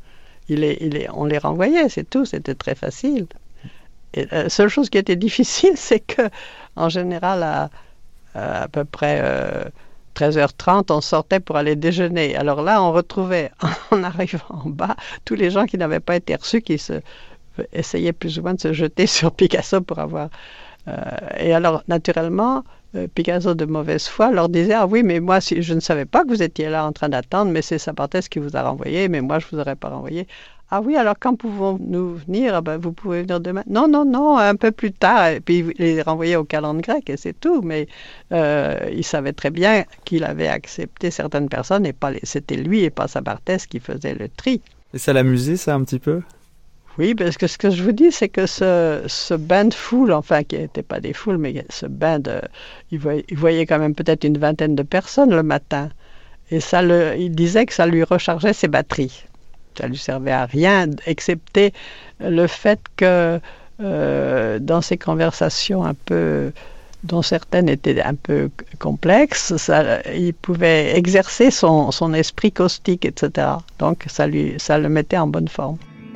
On les renvoyait, c'est tout, c'était très facile. Et la seule chose qui était difficile, c'est que, en général, à peu près 13h30, on sortait pour aller déjeuner. Alors là, on retrouvait, en arrivant en bas, tous les gens qui n'avaient pas été reçus, qui essayaient plus ou moins de se jeter sur Picasso pour avoir... et alors, naturellement, Picasso, de mauvaise foi, leur disait « Ah oui, mais moi, je ne savais pas que vous étiez là en train d'attendre, mais c'est Sabartès qui vous a renvoyé, mais moi, je ne vous aurais pas renvoyé. » Ah oui, alors quand pouvons-nous venir? Vous pouvez venir demain. Non, un peu plus tard. Et puis il les renvoyait au calendrier grec et c'est tout. Mais il savait très bien qu'il avait accepté certaines personnes et c'était lui et pas Sabartès qui faisait le tri. Et ça l'amusait, ça, un petit peu? Oui, parce que ce que je vous dis, c'est que ce bain de foule, enfin, qui n'était pas des foules, mais ce bain il voyait quand même peut-être une vingtaine de personnes le matin. Et il disait que ça lui rechargeait ses batteries. Ça ne lui servait à rien, excepté le fait que dans ces conversations un peu dont certaines étaient un peu complexes, il pouvait exercer son esprit caustique, etc. Donc ça le mettait en bonne forme.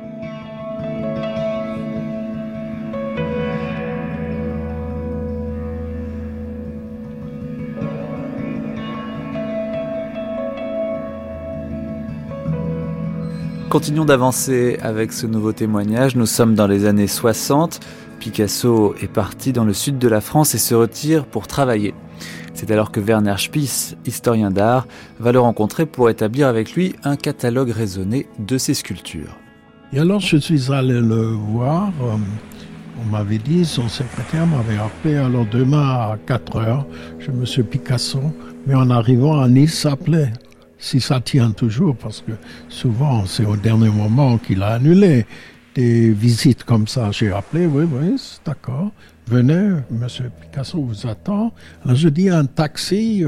Continuons d'avancer avec ce nouveau témoignage. Nous sommes dans les années 60. Picasso est parti dans le sud de la France et se retire pour travailler. C'est alors que Werner Spies, historien d'art, va le rencontrer pour établir avec lui un catalogue raisonné de ses sculptures. Et alors je suis allé le voir. On m'avait dit, son secrétaire m'avait appelé, alors demain à 4h, je me suis Picasso. Mais en arrivant à Nice, ça plaît. Si ça tient toujours, parce que souvent, c'est au dernier moment qu'il a annulé des visites comme ça. J'ai appelé, oui, c'est d'accord. Venez, monsieur Picasso vous attend. Alors je dis un taxi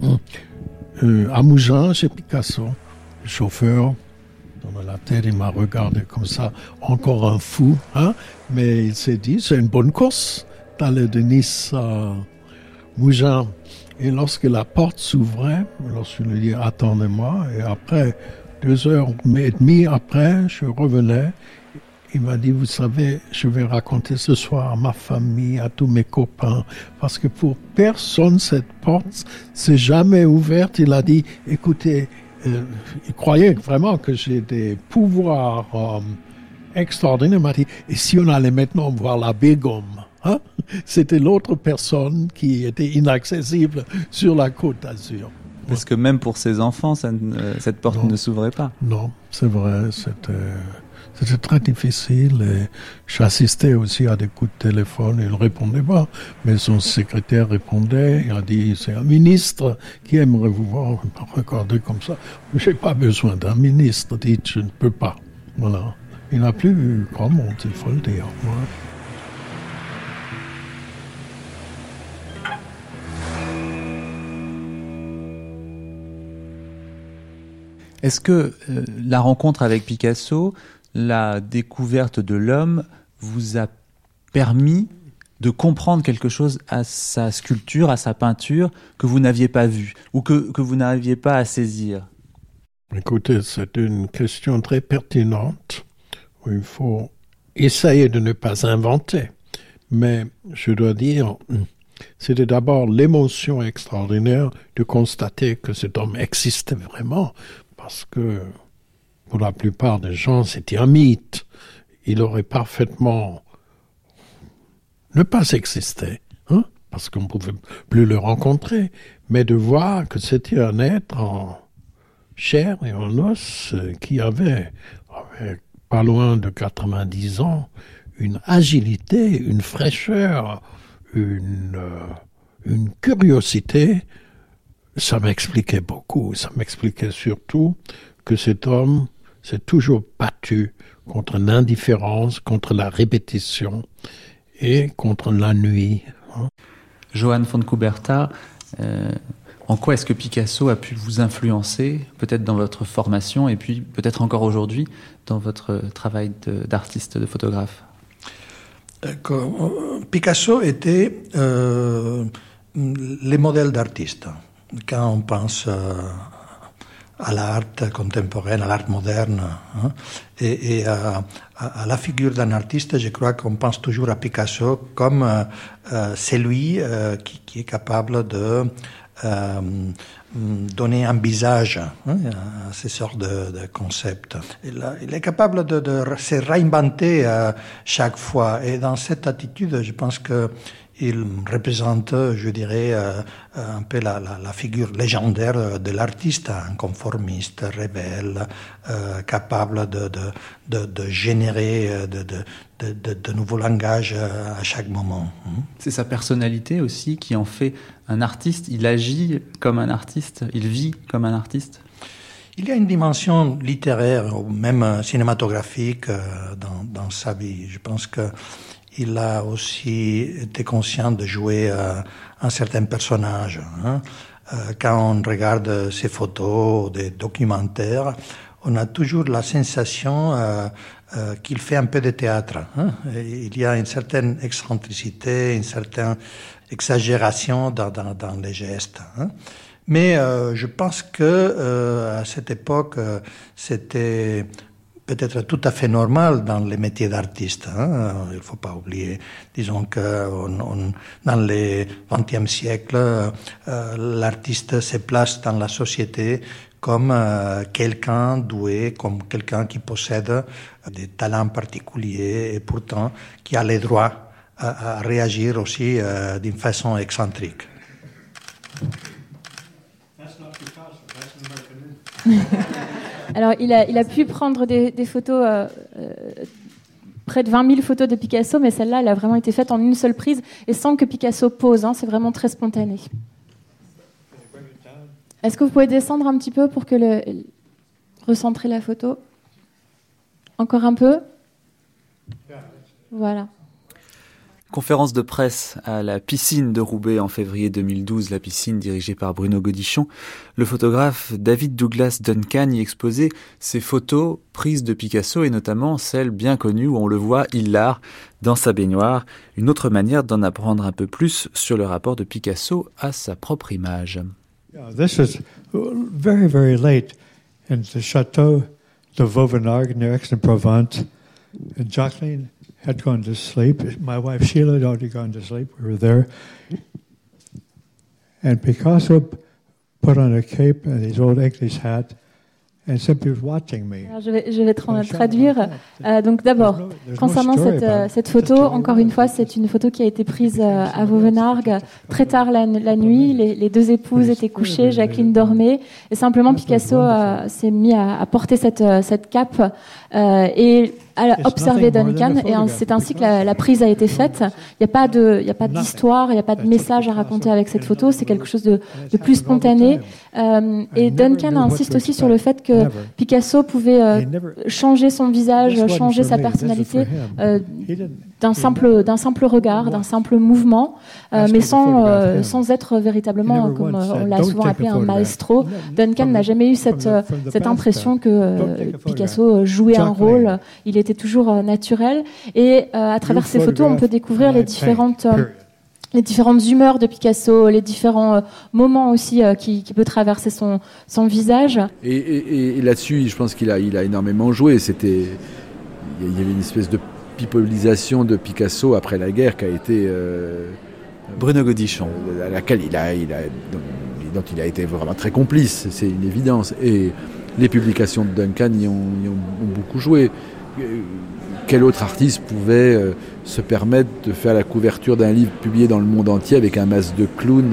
à Mougins chez Picasso. Le chauffeur, dans la tête, il m'a regardé comme ça, encore un fou, hein? Mais il s'est dit, c'est une bonne course d'aller de Nice à Mougins. Et lorsque la porte s'ouvrait, lorsque je lui dis attendez-moi, et après 2h30 après, je revenais, il m'a dit vous savez, je vais raconter ce soir à ma famille, à tous mes copains, parce que pour personne cette porte s'est jamais ouverte. Il a dit écoutez, il croyait vraiment que j'ai des pouvoirs extraordinaires. Il m'a dit et si on allait maintenant voir la Begum? Hein? C'était l'autre personne qui était inaccessible sur la Côte d'Azur. Parce que même pour ses enfants, cette porte ne s'ouvrait pas. Non, c'est vrai, c'était très difficile. Et j'assistais aussi à des coups de téléphone, il ne répondait pas. Mais son secrétaire répondait, il a dit, c'est un ministre qui aimerait vous voir. Il m'a regardé comme ça. Je n'ai pas besoin d'un ministre, dit, je ne peux pas. Voilà. Il n'a plus vu grand monde, il faut le dire. Voilà. Est-ce que la rencontre avec Picasso, la découverte de l'homme, vous a permis de comprendre quelque chose à sa sculpture, à sa peinture, que vous n'aviez pas vu ou que vous n'arriviez pas à saisir? Écoutez, c'est une question très pertinente où il faut essayer de ne pas inventer. Mais je dois dire, c'était d'abord l'émotion extraordinaire de constater que cet homme existait vraiment. Parce que, pour la plupart des gens, c'était un mythe. Il aurait parfaitement ne pas existé, hein, parce qu'on ne pouvait plus le rencontrer. Mais de voir que c'était un être en chair et en os qui avait pas loin de 90 ans, une agilité, une fraîcheur, une curiosité. Ça m'expliquait beaucoup. Ça m'expliquait surtout que cet homme s'est toujours battu contre l'indifférence, contre la répétition et contre la nuit. Johann von Coubertin, en quoi est-ce que Picasso a pu vous influencer, peut-être dans votre formation et puis peut-être encore aujourd'hui dans votre travail d'artiste, de photographe? Picasso était les modèles d'artistes. Quand on pense à l'art contemporain, à l'art moderne, hein, et à la figure d'un artiste, je crois qu'on pense toujours à Picasso comme celui qui est capable de donner un visage, hein, à ces sortes de concepts. Il est capable de se réinventer chaque fois, et dans cette attitude, je pense que il représente, je dirais, un peu la figure légendaire de l'artiste, un conformiste, rebelle, capable de générer de nouveaux langages à chaque moment. C'est sa personnalité aussi qui en fait un artiste. Il agit comme un artiste, il vit comme un artiste. Il y a une dimension littéraire ou même cinématographique dans sa vie. Je pense que il a aussi été conscient de jouer un certain personnage. Hein. Quand on regarde ses photos, des documentaires, on a toujours la sensation qu'il fait un peu de théâtre. Hein. Il y a une certaine excentricité, une certaine exagération dans les gestes. Hein. Mais je pense que à cette époque, c'était peut-être tout à fait normal dans les métiers d'artiste. Hein. Il ne faut pas oublier, disons que dans le XXe siècle, l'artiste se place dans la société comme quelqu'un doué, comme quelqu'un qui possède des talents particuliers et pourtant qui a le droit à réagir aussi d'une façon excentrique. Alors, il a pu prendre des photos, près de 20 000 photos de Picasso, mais celle-là, elle a vraiment été faite en une seule prise et sans que Picasso pose. Hein, c'est vraiment très spontané. Est-ce que vous pouvez descendre un petit peu pour que recentrer la photo? Encore un peu? Voilà. Conférence de presse à la piscine de Roubaix en février 2012, la piscine dirigée par Bruno Godichon. Le photographe David Douglas Duncan y exposait ses photos prises de Picasso et notamment celle bien connue où on le voit hilar dans sa baignoire. Une autre manière d'en apprendre un peu plus sur le rapport de Picasso à sa propre image. This is very, very late in the château de Vauvenargues near Aix-en-Provence. And Jacqueline had gone to sleep. My wife Sheila had already gone to sleep. We were there. And Picasso put on a cape and his old English hat and simply was watching me. Alors je vais traduire. Donc d'abord, concernant cette photo, encore une fois, c'est une photo qui a été prise à Vauvenargues très tard la nuit. Les deux épouses étaient couchées, Jacqueline dormait, et simplement Picasso s'est mis à porter cette cape et à observer Duncan, et c'est ainsi que la prise a été faite. Il n'y a pas d'histoire, il n'y a pas de message à raconter avec cette photo, c'est quelque chose de plus spontané. Et Duncan insiste aussi sur le fait que Picasso pouvait changer son visage, changer sa personnalité d'un simple regard, d'un simple mouvement, mais sans être véritablement, comme on l'a souvent appelé, un maestro. Duncan n'a jamais eu cette impression que Picasso jouait un rôle. Il était toujours naturel. Et à travers ces photos, on peut découvrir les différentes humeurs de Picasso, les différents moments aussi qui peut traverser son visage. Et là-dessus, je pense qu'il a énormément joué. Il y avait une espèce de pipolisation de Picasso après la guerre qui a été Bruno Godichon, à laquelle dont il a été vraiment très complice, c'est une évidence. Et les publications de Duncan y ont beaucoup joué. Quel autre artiste pouvait se permettre de faire la couverture d'un livre publié dans le monde entier avec un masque de clown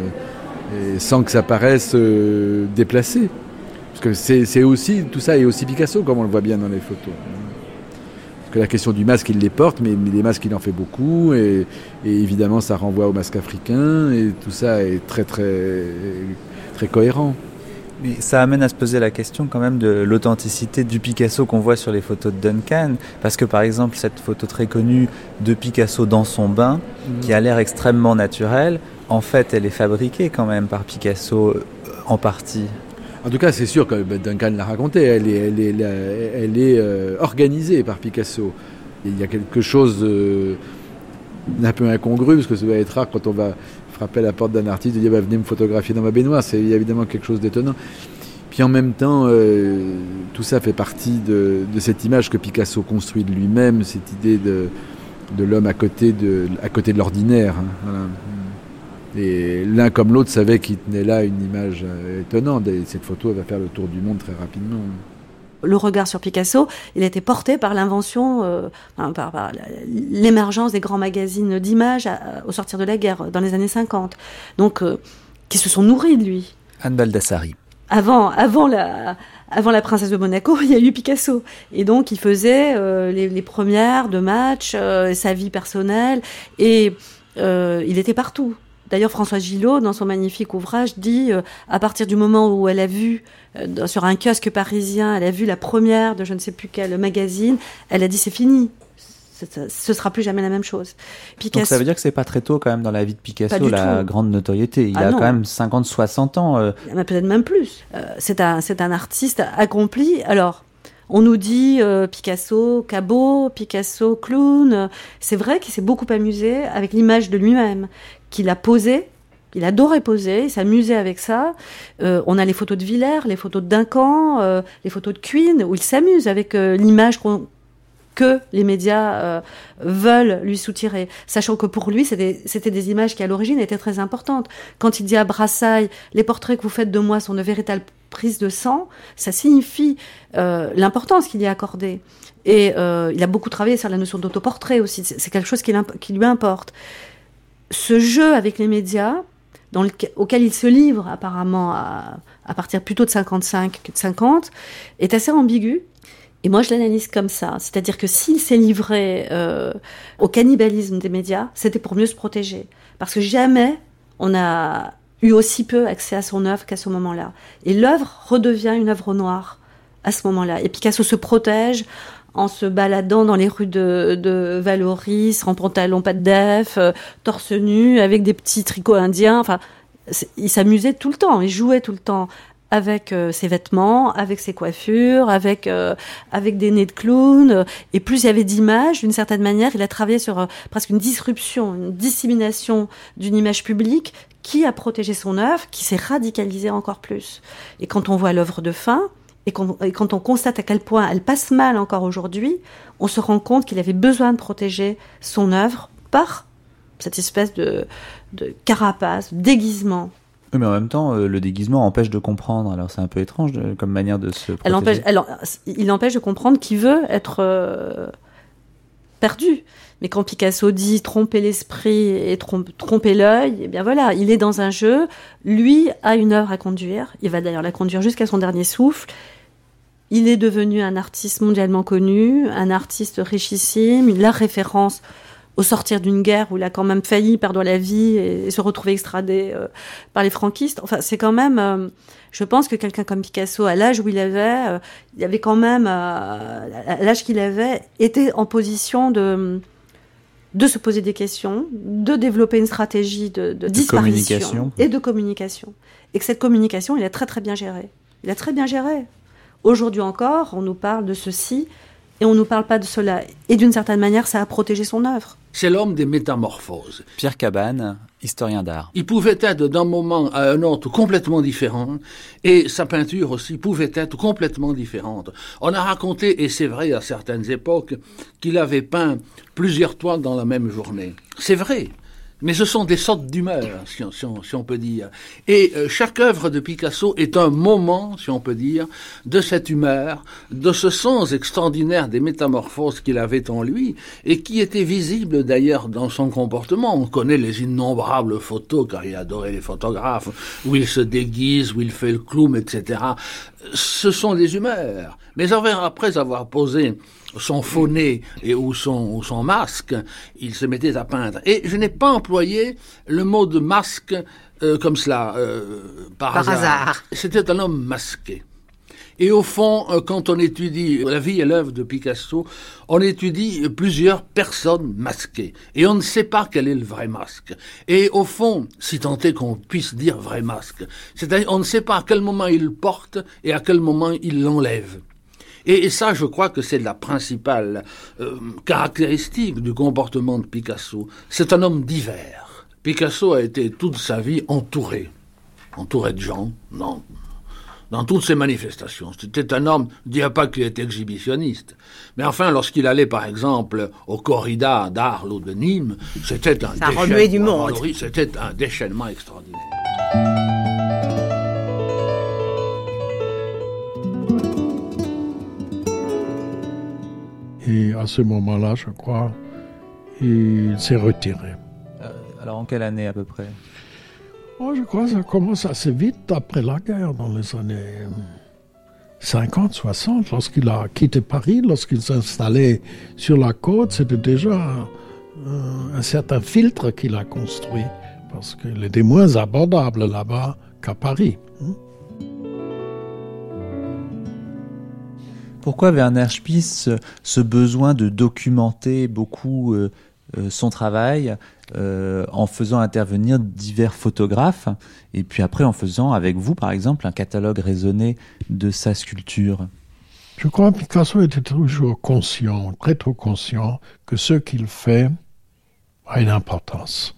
sans que ça paraisse déplacé? Parce que c'est aussi, tout ça est aussi Picasso, comme on le voit bien dans les photos. Parce que la question du masque, il les porte, mais les masques, il en fait beaucoup, et évidemment, ça renvoie au masque africain, et tout ça est très, très, très cohérent. Mais ça amène à se poser la question quand même de l'authenticité du Picasso qu'on voit sur les photos de Duncan, parce que par exemple cette photo très connue de Picasso dans son bain, qui a l'air extrêmement naturelle, en fait elle est fabriquée quand même par Picasso en partie. En tout cas, c'est sûr que Duncan l'a raconté, elle est organisée par Picasso. Il y a quelque chose d'un peu incongru, parce que ça doit être rare quand on va frapper à la porte d'un artiste et dire venez me photographier dans ma baignoire, c'est évidemment quelque chose d'étonnant. Puis en même temps, tout ça fait partie de cette image que Picasso construit de lui-même, cette idée de l'homme à côté de l'ordinaire. Hein, voilà. Et l'un comme l'autre savait qu'il tenait là une image étonnante, et cette photo va faire le tour du monde très rapidement. Le regard sur Picasso, il a été porté par l'invention, par l'émergence des grands magazines d'images au sortir de la guerre, dans les années 50. Donc, qui se sont nourris de lui. Anne Baldassari. Avant la princesse de Monaco, il y a eu Picasso. Et donc, il faisait les premières de match, sa vie personnelle, et il était partout. D'ailleurs, François Gillot, dans son magnifique ouvrage, dit à partir du moment où elle a vu, sur un kiosque parisien, elle a vu la première de je ne sais plus quel magazine, elle a dit c'est fini. Ce sera plus jamais la même chose. Picasso... Donc ça veut dire que c'est pas très tôt quand même dans la vie de Picasso, la grande notoriété. Il a quand même 50-60 ans. Peut-être même plus. C'est un artiste accompli. Alors, On nous dit Picasso, cabot, Picasso, clown. C'est vrai qu'il s'est beaucoup amusé avec l'image de lui-même, qu'il a posée. Il adorait poser, il s'amusait avec ça. On a les photos de Villers, les photos de Duncan, les photos de Queen, où il s'amuse avec l'image que les médias veulent lui soutirer. Sachant que pour lui, c'était des images qui, à l'origine, étaient très importantes. Quand il dit à Brassailles, les portraits que vous faites de moi sont de véritables prises de sang, ça signifie l'importance qu'il y a accordée. Et il a beaucoup travaillé sur la notion d'autoportrait aussi. C'est quelque chose qui lui importe. Ce jeu avec les médias, auquel il se livre apparemment à partir plutôt de 55 que de 50, est assez ambigu. Et moi, je l'analyse comme ça. C'est-à-dire que s'il s'est livré au cannibalisme des médias, c'était pour mieux se protéger. Parce que jamais on a eu aussi peu accès à son œuvre qu'à ce moment-là. Et l'œuvre redevient une œuvre noire à ce moment-là. Et Picasso se protège en se baladant dans les rues de Vallauris, en pantalon pas de def, torse nu, avec des petits tricots indiens. Enfin, il s'amusait tout le temps, il jouait tout le temps avec ses vêtements, avec ses coiffures, avec des nez de clown. Et plus il y avait d'images, d'une certaine manière, il a travaillé sur presque une disruption, une dissémination d'une image publique qui a protégé son œuvre, qui s'est radicalisée encore plus. Et quand on voit l'œuvre de fin, et quand on constate à quel point elle passe mal encore aujourd'hui, on se rend compte qu'il avait besoin de protéger son œuvre par cette espèce de carapace, de déguisement. Oui, mais en même temps, le déguisement empêche de comprendre. Alors c'est un peu étrange comme manière de se protéger. Il empêche de comprendre qu'il veut être perdu. Mais quand Picasso dit tromper l'esprit et tromper l'œil, eh bien voilà, il est dans un jeu. Lui a une œuvre à conduire. Il va d'ailleurs la conduire jusqu'à son dernier souffle. Il est devenu un artiste mondialement connu, un artiste richissime, la référence au sortir d'une guerre où il a quand même failli perdre la vie et se retrouver extradé par les franquistes. Enfin, c'est quand même... je pense que quelqu'un comme Picasso, à l'âge où il avait quand même, à l'âge qu'il avait, était en position de se poser des questions, de développer une stratégie de disparition et de communication. Et que cette communication, il a très très bien géré. Il a très bien géré. Aujourd'hui encore, on nous parle de ceci et on ne nous parle pas de cela. Et d'une certaine manière, ça a protégé son œuvre. C'est l'homme des métamorphoses. Pierre Cabane, historien d'art. Il pouvait être d'un moment à un autre complètement différent, et sa peinture aussi pouvait être complètement différente. On a raconté, et c'est vrai à certaines époques, qu'il avait peint plusieurs toiles dans la même journée. C'est vrai. Mais ce sont des sortes d'humeurs, si on peut dire. Et chaque œuvre de Picasso est un moment, si on peut dire, de cette humeur, de ce sens extraordinaire des métamorphoses qu'il avait en lui, et qui était visible d'ailleurs dans son comportement. On connaît les innombrables photos, car il adorait les photographes, où il se déguise, où il fait le clown, etc. Ce sont des humeurs. Mais après avoir posé son faux nez ou son masque, il se mettait à peindre. Et je n'ai pas employé le mot de masque comme cela, par hasard. C'était un homme masqué. Et au fond, quand on étudie la vie et l'œuvre de Picasso, on étudie plusieurs personnes masquées. Et on ne sait pas quel est le vrai masque. Et au fond, si tant est qu'on puisse dire vrai masque, c'est-à-dire on ne sait pas à quel moment il le porte et à quel moment il l'enlève. Et ça, je crois que c'est la principale caractéristique du comportement de Picasso. C'est un homme divers. Picasso a été toute sa vie entouré de gens, dans toutes ses manifestations. C'était un homme, je ne dirais pas qu'il était exhibitionniste, mais enfin, lorsqu'il allait, par exemple, au corrida d'Arles ou de Nîmes, c'était un déchaînement extraordinaire. Et à ce moment-là, je crois, il s'est retiré. Alors en quelle année à peu près ? Je crois que ça commence assez vite après la guerre, dans les années 50, 60. Lorsqu'il a quitté Paris, lorsqu'il s'est installé sur la côte, c'était déjà un certain filtre qu'il a construit, parce qu'il était moins abordable là-bas qu'à Paris. Pourquoi Werner Spies ce besoin de documenter beaucoup son travail en faisant intervenir divers photographes et puis après en faisant avec vous par exemple un catalogue raisonné de sa sculpture ? Je crois que Picasso était toujours conscient, très trop conscient, que ce qu'il fait a une importance.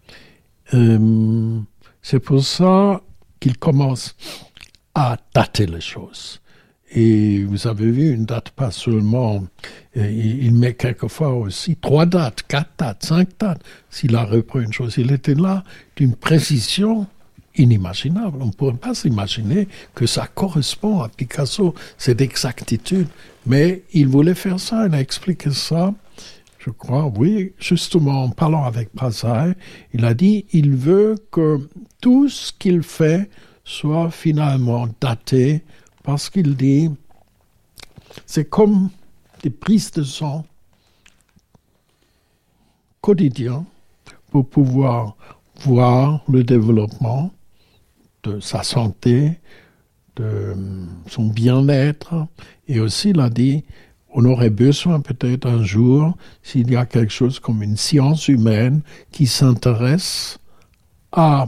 C'est pour ça qu'il commence à dater les choses. Et vous avez vu, une date pas seulement, il met quelquefois aussi 3 dates, 4 dates, 5 dates. S'il a repris une chose, il était là d'une précision inimaginable. On ne pourrait pas s'imaginer que ça correspond à Picasso, cette exactitude. Mais il voulait faire ça, il a expliqué ça, je crois, oui, justement en parlant avec Brazaï, il a dit, il veut que tout ce qu'il fait soit finalement daté, parce qu'il dit, c'est comme des prises de sang quotidiennes pour pouvoir voir le développement de sa santé, de son bien-être. Et aussi, il a dit, on aurait besoin peut-être un jour, s'il y a quelque chose comme une science humaine qui s'intéresse à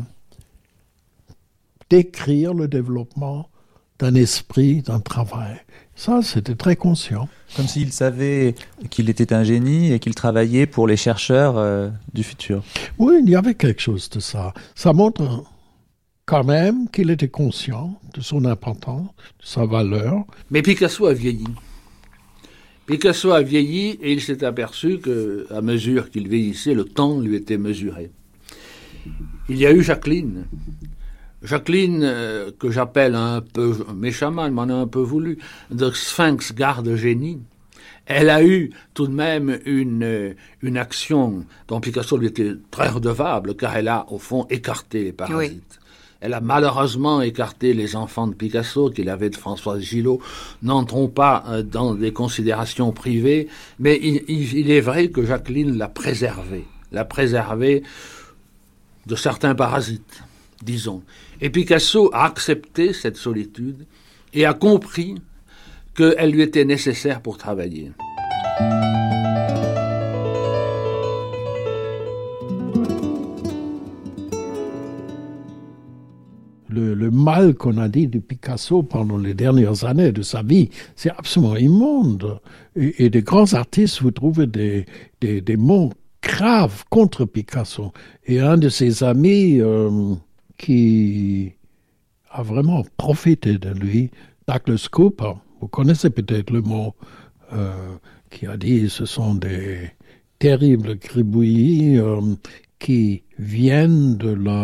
décrire le développement d'un esprit, d'un travail. Ça, c'était très conscient. Comme s'il savait qu'il était un génie et qu'il travaillait pour les chercheurs du futur. Oui, il y avait quelque chose de ça. Ça montre quand même qu'il était conscient de son importance, de sa valeur. Mais Picasso a vieilli. Picasso a vieilli et il s'est aperçu qu'à mesure qu'il vieillissait, le temps lui était mesuré. Il y a eu Jacqueline. Jacqueline, que j'appelle un peu méchamment, elle m'en a un peu voulu, de Sphinx garde génie. Elle a eu tout de même une action dont Picasso lui était très redevable, car elle a, au fond, écarté les parasites. Oui. Elle a malheureusement écarté les enfants de Picasso, qu'il avait de Françoise Gillot. N'entrons pas dans des considérations privées, mais il est vrai que Jacqueline l'a préservé de certains parasites, disons. Et Picasso a accepté cette solitude et a compris qu'elle lui était nécessaire pour travailler. Le mal qu'on a dit de Picasso pendant les dernières années de sa vie, c'est absolument immonde. Et des grands artistes, vous trouvez des mots graves contre Picasso. Et un de ses amis qui a vraiment profité de lui, Douglas Cooper, vous connaissez peut-être le mot, qui a dit ce sont des terribles gribouillis qui viennent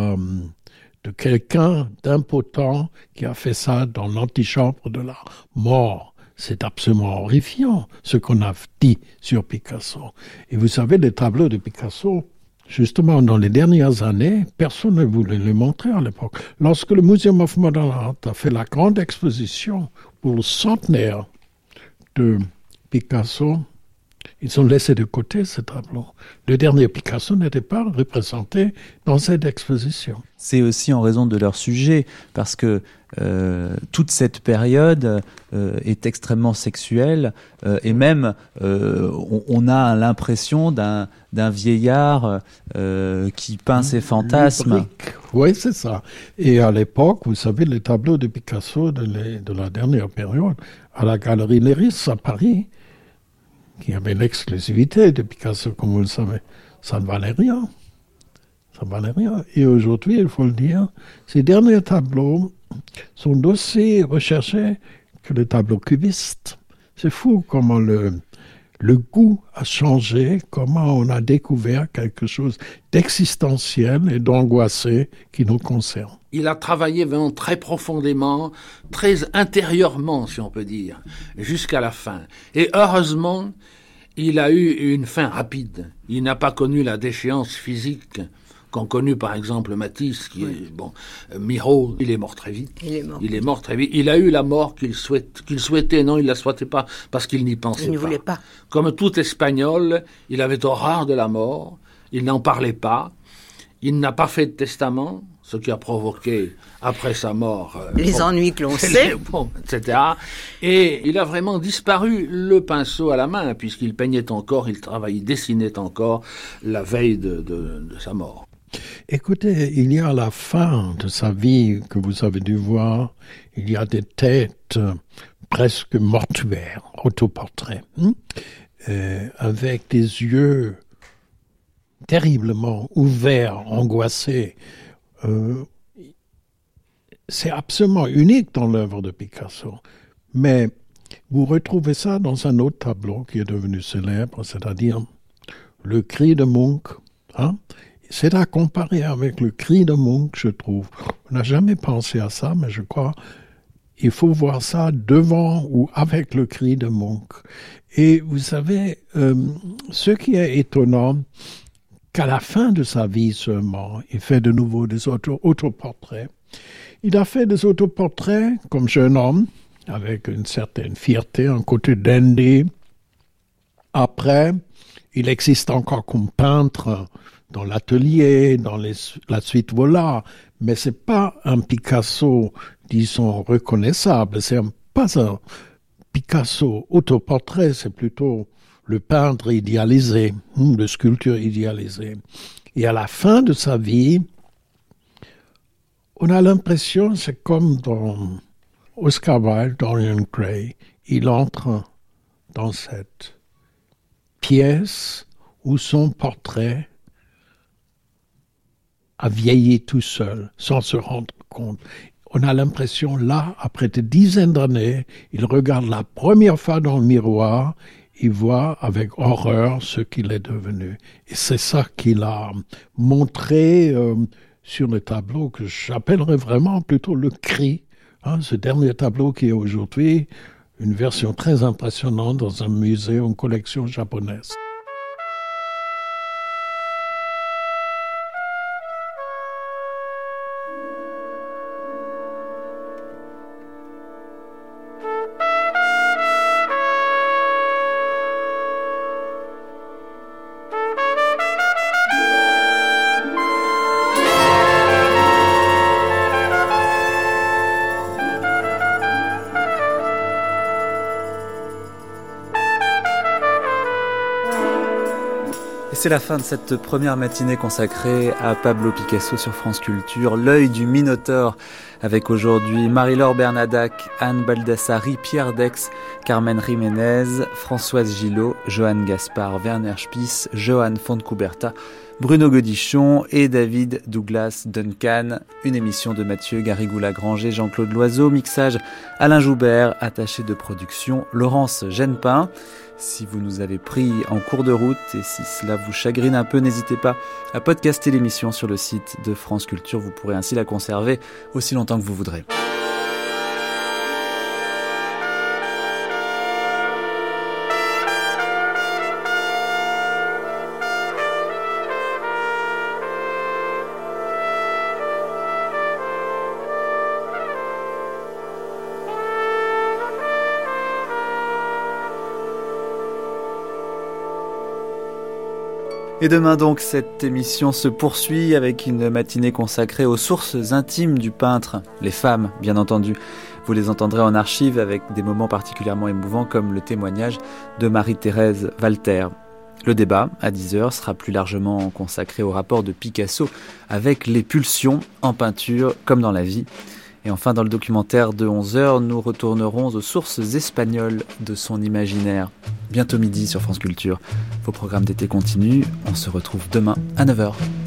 de quelqu'un d'impotent qui a fait ça dans l'antichambre de la mort. C'est absolument horrifiant, ce qu'on a dit sur Picasso. Et vous savez, les tableaux de Picasso, justement, dans les dernières années, personne ne voulait les montrer à l'époque. Lorsque le Museum of Modern Art a fait la grande exposition pour le centenaire de Picasso, ils ont laissé de côté ce tableau. Le dernier Picasso n'était pas représenté dans cette exposition. C'est aussi en raison de leur sujet, parce que toute cette période est extrêmement sexuelle, et même on a l'impression d'un vieillard qui peint ses fantasmes. Oui, c'est ça. Et à l'époque, vous savez, les tableaux de Picasso de la dernière période, à la Galerie Léris à Paris, qui avait l'exclusivité de Picasso, comme vous le savez, ça ne valait rien. Ça ne valait rien. Et aujourd'hui, il faut le dire, ces derniers tableaux sont aussi recherchés que les tableaux cubistes. C'est fou comment le goût a changé, comment on a découvert quelque chose d'existentiel et d'angoissé qui nous concerne. Il a travaillé vraiment très profondément, très intérieurement, si on peut dire, jusqu'à la fin. Et heureusement, il a eu une fin rapide. Il n'a pas connu la déchéance physique qu'ont connu par exemple Matisse, qui est, Miro, il est mort très vite. Il est mort très vite. Il a eu la mort qu'il souhaitait. Non, il la souhaitait pas, parce qu'il n'y pensait pas. Il ne voulait pas. Comme tout Espagnol, il avait horreur de la mort. Il n'en parlait pas. Il n'a pas fait de testament, ce qui a provoqué, après sa mort... les ennuis que l'on sait. Etc. Et il a vraiment disparu, le pinceau à la main, puisqu'il peignait encore, il travaillait, dessinait encore la veille de sa mort. Écoutez, il y a à la fin de sa vie que vous avez dû voir, il y a des têtes presque mortuaires, autoportraits, avec des yeux terriblement ouverts, angoissés. C'est absolument unique dans l'œuvre de Picasso. Mais vous retrouvez ça dans un autre tableau qui est devenu célèbre, c'est-à-dire le cri de Munch. C'est à comparer avec le cri de Munch, je trouve. On n'a jamais pensé à ça, mais je crois il faut voir ça devant ou avec le cri de Munch. Et vous savez, ce qui est étonnant, qu'à la fin de sa vie seulement, il fait de nouveau des autoportraits. Il a fait des autoportraits comme jeune homme, avec une certaine fierté, un côté dandy. Après, il existe encore comme peintre dans l'atelier, dans la suite Vollard, mais c'est pas un Picasso, disons, reconnaissable. C'est pas un Picasso autoportrait, c'est plutôt le peintre idéalisé, le sculpteur idéalisé. Et à la fin de sa vie, on a l'impression, c'est comme dans Oscar Wilde, Dorian Gray, il entre dans cette pièce où son portrait a vieilli tout seul, sans se rendre compte. On a l'impression, là, après des dizaines d'années, il regarde la première fois dans le miroir, il voit avec horreur ce qu'il est devenu. Et c'est ça qu'il a montré sur le tableau que j'appellerais vraiment plutôt le cri. Ce dernier tableau qui est aujourd'hui une version très impressionnante dans un musée, une collection japonaise. C'est la fin de cette première matinée consacrée à Pablo Picasso sur France Culture, l'œil du Minotaure, avec aujourd'hui Marie-Laure Bernadac, Anne Baldassari, Pierre Dex, Carmen Jiménez, Françoise Gillot, Johann Gaspard, Werner Spies, Johann Fontcuberta, Bruno Godichon et David Douglas Duncan. Une émission de Mathieu Garrigou-Lagrange et Jean-Claude Loiseau, mixage Alain Joubert, attaché de production Laurence Genepin. Si vous nous avez pris en cours de route et si cela vous chagrine un peu, n'hésitez pas à podcaster l'émission sur le site de France Culture. Vous pourrez ainsi la conserver aussi longtemps que vous voudrez. Et demain donc, cette émission se poursuit avec une matinée consacrée aux sources intimes du peintre, les femmes bien entendu. Vous les entendrez en archive avec des moments particulièrement émouvants comme le témoignage de Marie-Thérèse Walter. Le débat, à 10h, sera plus largement consacré au rapport de Picasso avec les pulsions en peinture comme dans la vie. Et enfin, dans le documentaire de 11h, nous retournerons aux sources espagnoles de son imaginaire. Bientôt midi sur France Culture. Vos programmes d'été continuent. On se retrouve demain à 9h.